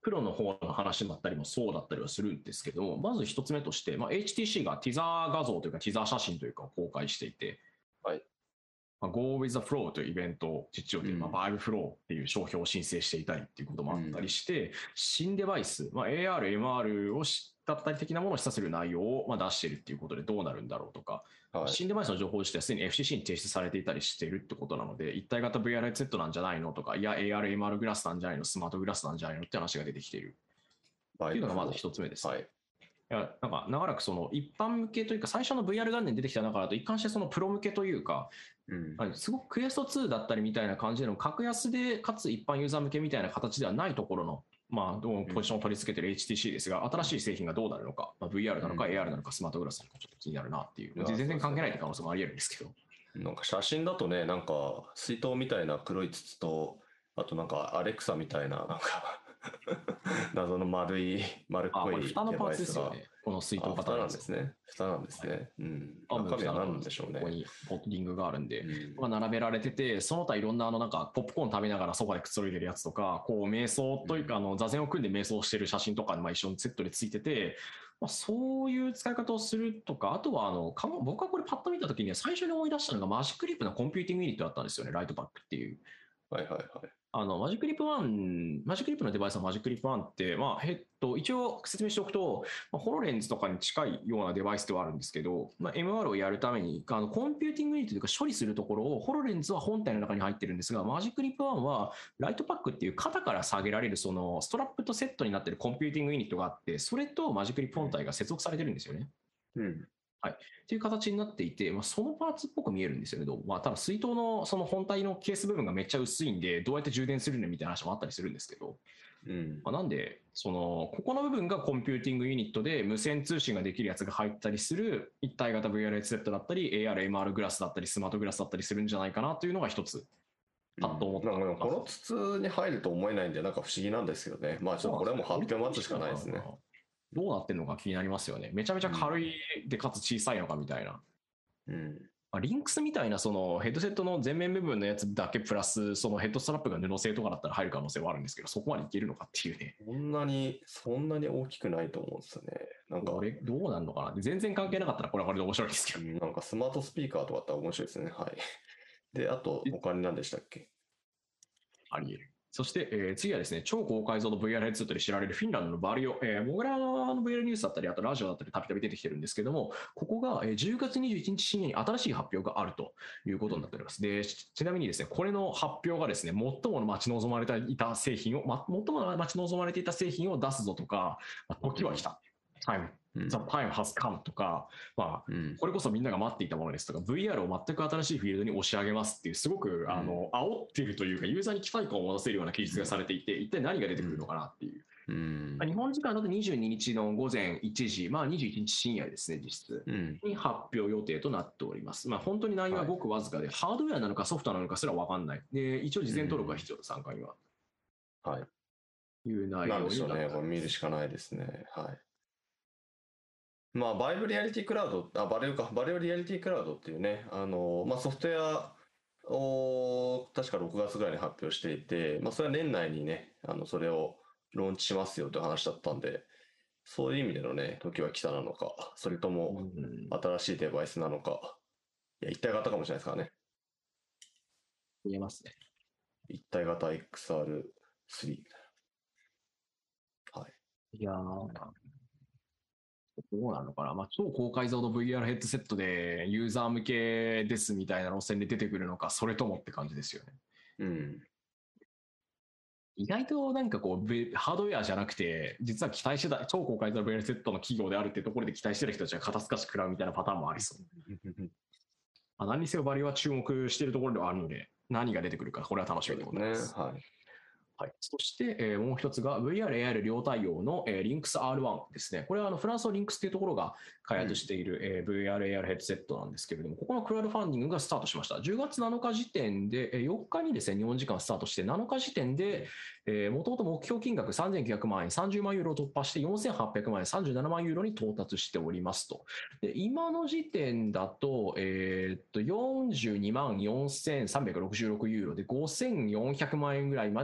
プロの方の話だったりもそうだったりはするんですけど、まず一つ目として、まあ、エイチティーシー がティザー画像というかティザー写真というかを公開していて、 はい。 まあ、Go with the Flow というイベントを実証という、まあ、 うん Vive Flow っていう商標を申請していたりっていうこともあったりして、 うん新デバイス、まあ、エーアール、エムアール を知ったったり的なものを示唆する内容をまあ出しているっていうことでどうなるんだろうとか、 はい。 新デバイスの情報としてはすでに エフシーシー に提出されていたりしているってことなので、一体型 ブイアール ヘッドセットなんじゃないのとか、いや エーアール、エムアール グラスなんじゃないの、スマートグラスなんじゃないのって話が出てきているっていうのがまず一つ目です。 はい。 いやなんか長らくその一般向けというか最初の ブイアール 元年出てきた中だと一貫してそのプロ向けというか、 うん、 すごくクエストツーだったりみたいな感じでの格安でかつ一般ユーザー向けみたいな形ではないところの、まあ、どうポジションを取り付けている エイチティーシー ですが、新しい製品がどうなるのか、まあ、ブイアール なのか エーアール なのかスマートグラスなのかちょっと気になるなっていう、全然関係ないって可能性もあり得るんですけど。 なんか写真だとね、なんか水筒みたいな黒い筒と、あとなんかアレクサみたいな、なんか謎の丸い、丸っこいデバイスが。 蓋のパーツですよね。この水筒型蓋なんですね。蓋なんですね。はい、うん。中身は何でしょうね。 ここにポッティングがあるんで、うん、並べられてて、その他いろんなあのなんかポップコーン食べながらソファでくつろいでるやつとか、こう瞑想というか、あの座禅を組んで瞑想してる写真とかまあ一緒にセットでついてて、まあ、そういう使い方をするとか、あとはあの僕はこれパッと見たときに最初に思い出したのがマジックリップのコンピューティングユニットだったんですよね、ライトパックっていう。 はいはいはい。 あのマジックリップワン、マジックリップのデバイスのマジックリップワンって、まあ、えっと、一応説明しておくと、まあ、ホロレンズとかに近いようなデバイスではあるんですけど、まあ、エムアール をやるために、あのコンピューティングユニットというか処理するところを、ホロレンズは本体の中に入ってるんですが、マジックリップワンはライトパックっていう肩から下げられるそのストラップとセットになっているコンピューティングユニットがあって、それとマジックリップ本体が接続されてるんですよね。 うん。 はい、っていう形になっていて、まあ、そのパーツっぽく見えるんですよね、どうも。まあ、ただ水筒のその本体のケース部分がめっちゃ薄いんで、どうやって充電するのみたいな話もあったりするんですけど、 うんまあ、なんでそのここの部分がコンピューティングユニットで無線通信ができるやつが入ったりする一体型 ブイアール ヘッドセットだったり エーアール、エムアール グラスだったりスマートグラスだったりするんじゃないかなというのが一つパッと思った、 うん、この筒に入ると思えないんでなんか不思議なんですよね。まあちょっとこれはもう発表待つしかないですね。 どうなってんのか気になりますよね。めちゃめちゃ軽いでかつ小さいのかみたいな。 うんまあ、リンクスみたいなそのヘッドセットの前面部分のやつだけプラスそのヘッドストラップが布製とかだったら入る可能性はあるんですけど、そこまでいけるのかっていうね。 そんなにそんなに大きくないと思うんですよね。なんかこれどうなるのかな。全然関係なかったらこれはこれで面白いですけど、 うん、なんかスマートスピーカーとかあったら面白いですね。はい。であと他に何でしたっけ。 あり得る。そして、えー、次はですね、超高解像度 ブイアール ヘッドセットで知られるフィンランドのバリオ、えー、僕らの ブイアール ニュースだったり、あとラジオだったり、たびたび出てきてるんですけども、ここがじゅうがつにじゅういちにち深夜に新しい発表があるということになっております。で、ちなみにですね、これの発表がですね、最も待ち望まれていた製品を、ま、最も待ち望まれていた製品を出すぞとか、まあ、時は来た。タイム。The time has come とか、まあ、これこそみんなが待っていたものですとか、ブイアール を全く新しいフィールドに押し上げますっていう、すごくあの煽っているというか、ユーザーに期待感を持たせるような記述がされていて、一体何が出てくるのかなっていう。うん、日本時間だとにじゅうににちの午前いちじ、まあ、にじゅういちにち深夜ですね、実質、うん、に発表予定となっております。まあ、本当に内容はごくわずかで、はい、ハードウェアなのかソフトなのかすら分かんない。で、一応事前登録が必要と、参加には。 はい。 いう内容になってなんでしょうね、これ見るしかないですね。はい。まあ、バイブリアリティクラウド、あ、バレルか、バレルリアリティクラウドっていうね、あの、まあ、ソフトウェアを確かろくがつぐらいに発表していて、まあ、それは年内にね、あの、それをローンチしますよという話だったんで、そういう意味でのね、時は来たなのか、それとも新しいデバイスなのか、いや、一体型かもしれないですからね。 見えますね。 一体型 エックスアールスリー みたいな。はい。 いやー、どうなのかな、まあ、超高解像度 ブイアール ヘッドセットでユーザー向けですみたいな路線で出てくるのか、それともって感じですよね。 うん。 意外となんかこう、ハードウェアじゃなくて、実は期待してた、超高解像度 ブイアール ヘッドセットの企業であるっていうところで期待してる人たちが肩透かし食らうみたいなパターンもありそう。まあ何にせよバリューは注目しているところではあるので、何が出てくるか、これは楽しみでございます。 はい。 はい、そして、えー、もう一つが ブイアール、エーアール 両対応の、えー、リンクス アールワン ですね。これはあのフランスのリンクスというところが開発している、うんえー、ブイアール、エーアール ヘッドセットなんですけれども、ここのクラウドファンディングがスタートしました。じゅうがつなのか時点で、えー、よっかにですね、日本時間スタートして、なのか時点で、もともと目標金額さんぜんきゅうひゃくまんえん、さんじゅうまんユーロを突破してよんせんはっぴゃくまんえん、さんじゅうななまんユーロに到達しておりますと。で今の時点だと、えー、っとよんじゅうにまんよんせんさんびゃくろくじゅうろくユーロでごせんよんひゃくまんえんぐらいまで伸びてます。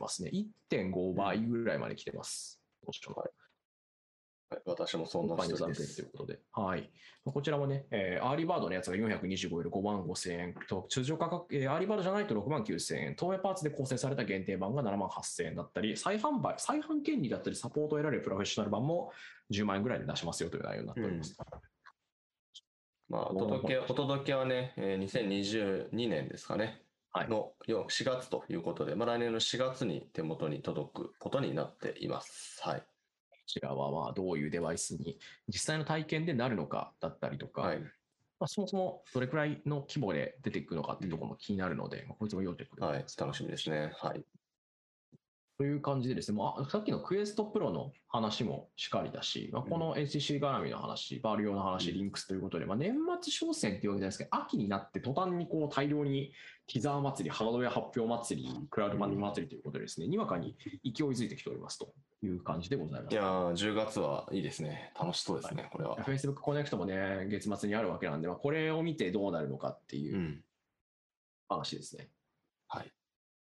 ますね。いってんごばいぐらいまで来てます。当初のはいはい、私もそんな一人です。 ということで。はい。こちらもね、えーアーリーバードのやつがよんひゃくにじゅうごよりごまんごせんえんと、通常価格、えーアーリーバードじゃないとろくまんきゅうせんえん、東映パーツで構成された限定版がななまんはっせんえんだったり、再販売、再販権利だったり、サポートを得られるプロフェッショナル版もじゅうまんえんぐらいで出しますよという内容になっております。 うんまあ、お届け、お届けはね、えーにせんにじゅうにねんですかね、 はい。 のよしがつということで、まあ、来年のしがつに手元に届くことになっています。はい。 こちらはまあどういうデバイスに実際の体験でなるのかだったりとか、 はい。 まあ、そもそもどれくらいの規模で出ていくのかっていうところも気になるので、まあ、こいつも要チェックでござはいいま。す。 楽しみですね。はい。 という感じでですね、まあ、さっきのクエストプロの話もしかりだし、まあ、この エイチティーシー 絡みの話、バール用の話、 うんリンクスということで、まあ、年末商戦っていうわけじゃないですけど、秋になって途端にこう大量にティザー祭り、ハードウェア発表祭り、クラウドファンディング祭りということでですね、にわかに勢いづいてきておりますという感じでございます。 いやー、じゅうがつはいいですね。楽しそうですね、これは。 Facebook コネクトもね、月末にあるわけなんで、まあ、これを見てどうなるのかっていううん話ですね。 はい。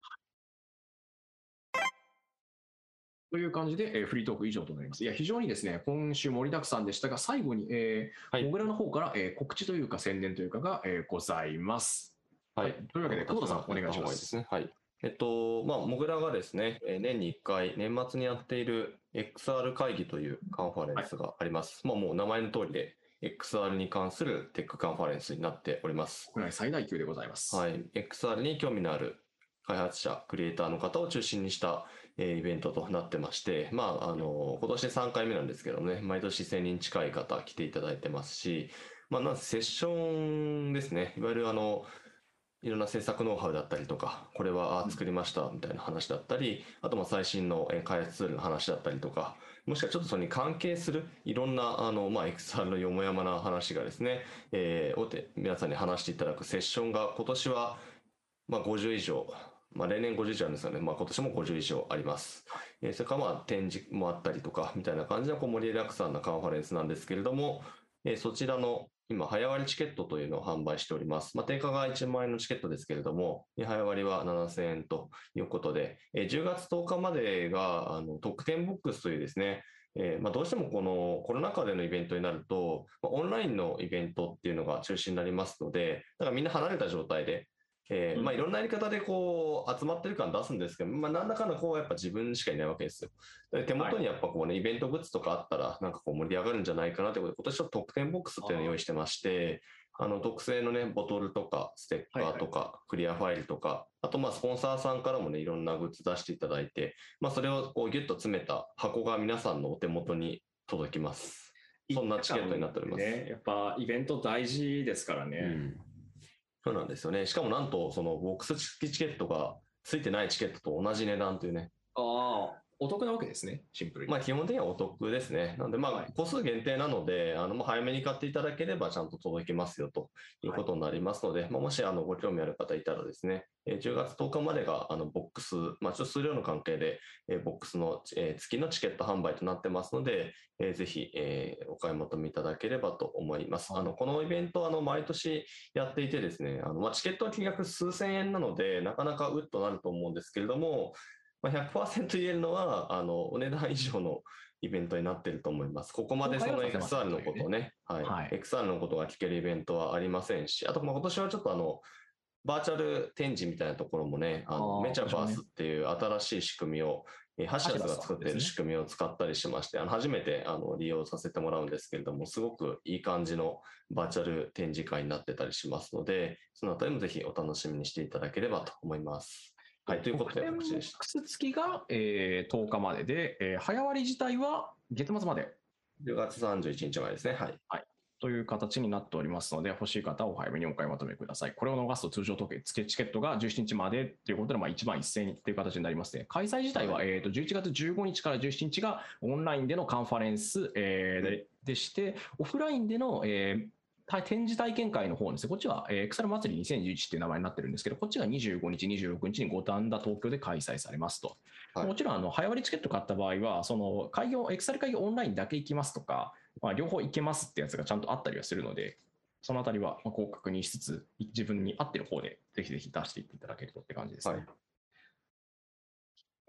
という感じで、えーフリートーク以上となります。いや、非常にですね、今週盛りだくさんでしたが、最後に、えーはいモグラの方から、えー告知というか宣伝というかが、えーございます。 ははいい。というわけで、久保田さん、お願いします。 ね。はい。えっと、まあ、モグラがですね、えー年にいっかい、年末にやっている エックスアール 会議というカンファレンスがあります。まあ、もう名前の通りで、エックスアール に関するテックカンファレンスになっております。 国内最大級でございます。 はい。エックスアール に興味のある開発者、クリエイターの方を中心にした、えーイベントとなってまして、まあ、あの、今年さんかいめなんですけどね、毎年せんにん近い方来ていただいてますし、まあ、なんせセッションですね。いわゆるあの、いろんな制作ノウハウだったりとか、これはああ作りましたみたいな話だったり、あとまあ最新のえー開発ツールの話だったりとか、もしくはちょっとそれに関係するいろんなあの、まあ、エクスアール のよもやまな話がですね、えーをて皆さんに話していただくセッションが今年はまあごじゅう以上、まあ、例年ごじゅう以上あるんですよね、まあ、今年もごじゅう以上あります。えーそれからまあ展示もあったりとかみたいな感じのこう盛りだくさんなカンファレンスなんですけれども、えーそちらの今、早割チケットというのを販売しております。まあ、定価がいちまん円のチケットですけれども、早割はななせんえんということで、えーじゅうがつとおかまでがあの特典ボックスというですね、えーまあ、どうしてもこのコロナ禍でのイベントになると、まあ、オンラインのイベントっていうのが中心になりますので、だからみんな離れた状態で、えーまあ、いろんなやり方でこう集まってる感出すんですけど、まあ、何らかのこうやっぱ自分しかいないわけですよ。で手元にやっぱこうね、イベントグッズとかあったら、なんかこう盛り上がるんじゃないかなということで、今年は特典ボックスっていうのを用意してまして、あの特製のね、ボトルとかステッカーとかクリアファイルとか、あとまあスポンサーさんからもね、いろんなグッズ出していただいて、まあ、それをこうギュッと詰めた箱が皆さんのお手元に届きます。そんなチケットになっております。 ね、やっぱイベント大事ですからね。 うんそうなんですよね。しかもなんと、そのボックス付きチケットがついてないチケットと同じ値段というね。 ああ、お得なわけですね、シンプルに。 まあ基本的にはお得ですね。なんでまはいあ個数限定なので、あのもう早めに買っていただければちゃんと届きますよということになりますので、まあ、もしあのご興味ある方いたらですね、えーじゅうがつとおかまでがあのボックス、まあちょっと数量の関係で、えーボックスの、えー月のチケット販売となってますので、えーぜひ、えーお買い求めいただければと思います。あのこのイベントはあの毎年やっていてですね、あのまあチケットは金額数千円なので、なかなかうっとなると思うんですけれども、まあ、ひゃくパーセント 言えるのは、あの、お値段以上のイベントになっていると思います。ここまでその エックスアール のことをね、はい、 はい、 エックスアール のことが聞けるイベントはありませんし、あと、まあ今年はちょっとあの、バーチャル展示みたいなところもね、あのあーメチャバースっていう新しい仕組みを、えーハシアスが作っている仕組みを使ったりしまして、あの初めてあの利用させてもらうんですけれども、すごくいい感じのバーチャル展示会になってたりしますので、そのあたりもぜひお楽しみにしていただければと思います。はい、ということで告知でした。 特典ボックス付きが、えー、とおかまでで、えー早割自体は月末まで。 じゅうがつさんじゅういちにちまでですね。はい。 はい。という形になっておりますので、欲しい方はお早めにお買い求めください。これを逃すと通常時計付けチケットがじゅうしちにちまでということで、まあ、いちまんせんえんという形になりますね。開催自体は、 はいえーとじゅういちがつじゅうごにちからじゅうしちにちがオンラインでのカンファレンス、えーででして、オフラインでの、えー展示体験会の方ですね、こっちは、えー、エクサル祭りにせんじゅういちっていう名前になってるんですけど、こっちがにじゅうごにち、にじゅうろくにちに五反田、東京で開催されますと。 はいもちろん、あの早割チケット買った場合は、その開業、エクサル会議オンラインだけ行きますとか、まあ、両方行けますってやつがちゃんとあったりはするので、そのあたりはこう確認しつつ、自分に合ってる方でぜひぜひ出していっていただけるとって感じですね。 はい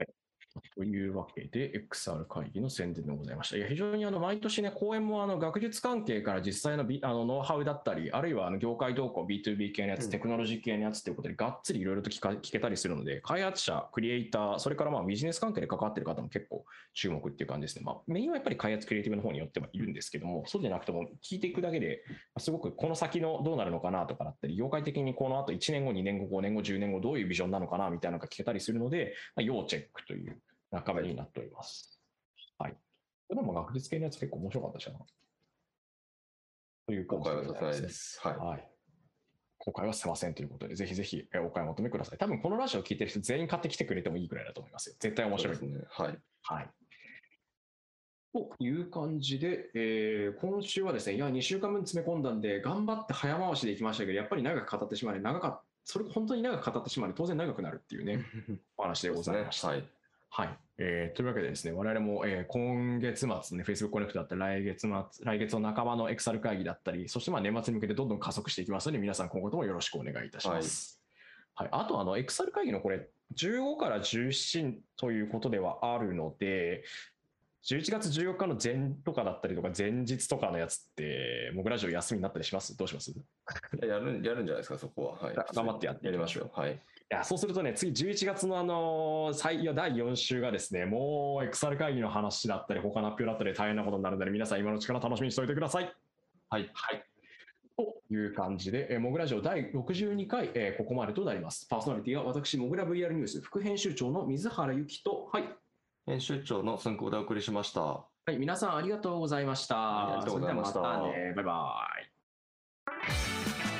というわけで、エックスアール 会議の宣伝でございました。いや、非常にあの毎年ね、講演もあの学術関係から実際のビあのノウハウだったり、あるいはあの業界動向、ビーツービー 系のやつ、テクノロジー系のやつということで、がっつりいろいろと聞か聞けたりするので、開発者、クリエイター、それからまあビジネス関係で関わっている方も結構注目っていう感じですね。まあ、メインはやっぱり開発クリエイティブの方によってはいるんですけども、そうじゃなくても聞いていくだけで、すごくこの先のどうなるのかなとかだったり、業界的にこの後いちねんご、にねんご、ごねんご、じゅうねんご、どういうビジョンなのかなみたいなのが聞けたりするので、まあ、要チェックという中身になっております。はい。これも学術系のやつ結構面白かったしな。という感じでございます、ね。 です。はい。 はい。今回はすいませんということで、ぜひぜひお買い求めください。多分このラジオを聞いてる人全員買ってきてくれてもいいくらいだと思いますよ。絶対面白い。 そうですね。はい。 はい。という感じで、えー、今週はですね、いや、にしゅうかんぶん詰め込んだんで、頑張って早回しでいきましたけど、やっぱり長く語ってしまい、長かった、それ本当に長く語ってしまい、当然長くなるっていうね、お話でございました。 はい。 はい。えー、というわけでですね、我々も、えー、今月末ね、Facebook コネクトだったり、来月末、来月の半ばのエクサル会議だったり、そしてまあ年末に向けてどんどん加速していきますので、皆さん今後ともよろしくお願いいたします。はい。はい、あと、あの、エクサル会議のこれ、じゅうごからじゅうしちということではあるので、じゅういちがつじゅうよっかの前とかだったりとか、前日とかのやつって、モグラジオ休みになったりします？どうします？ やる、やるんじゃないですか、そこは。はい。 頑張ってやってやりましょう。はい。 いや、そうするとね、次じゅういちがつのあの最だいよん週がですね、もうエクサル会議の話だったり、他の発表だったり大変なことになるので、皆さん今のうちから楽しみにしておいてください。 はい。 はい。という感じで、えー、モグラジオだいろくじゅうにかい、えー、ここまでとなります。パーソナリティは私、モグラ ブイアール ニュース副編集長の水原由紀と、はい。 編集長の寸甲でお送りしました。 はい、皆さんありがとうございました。 はい、ありがとうございました。 それではまたね。バイバイ。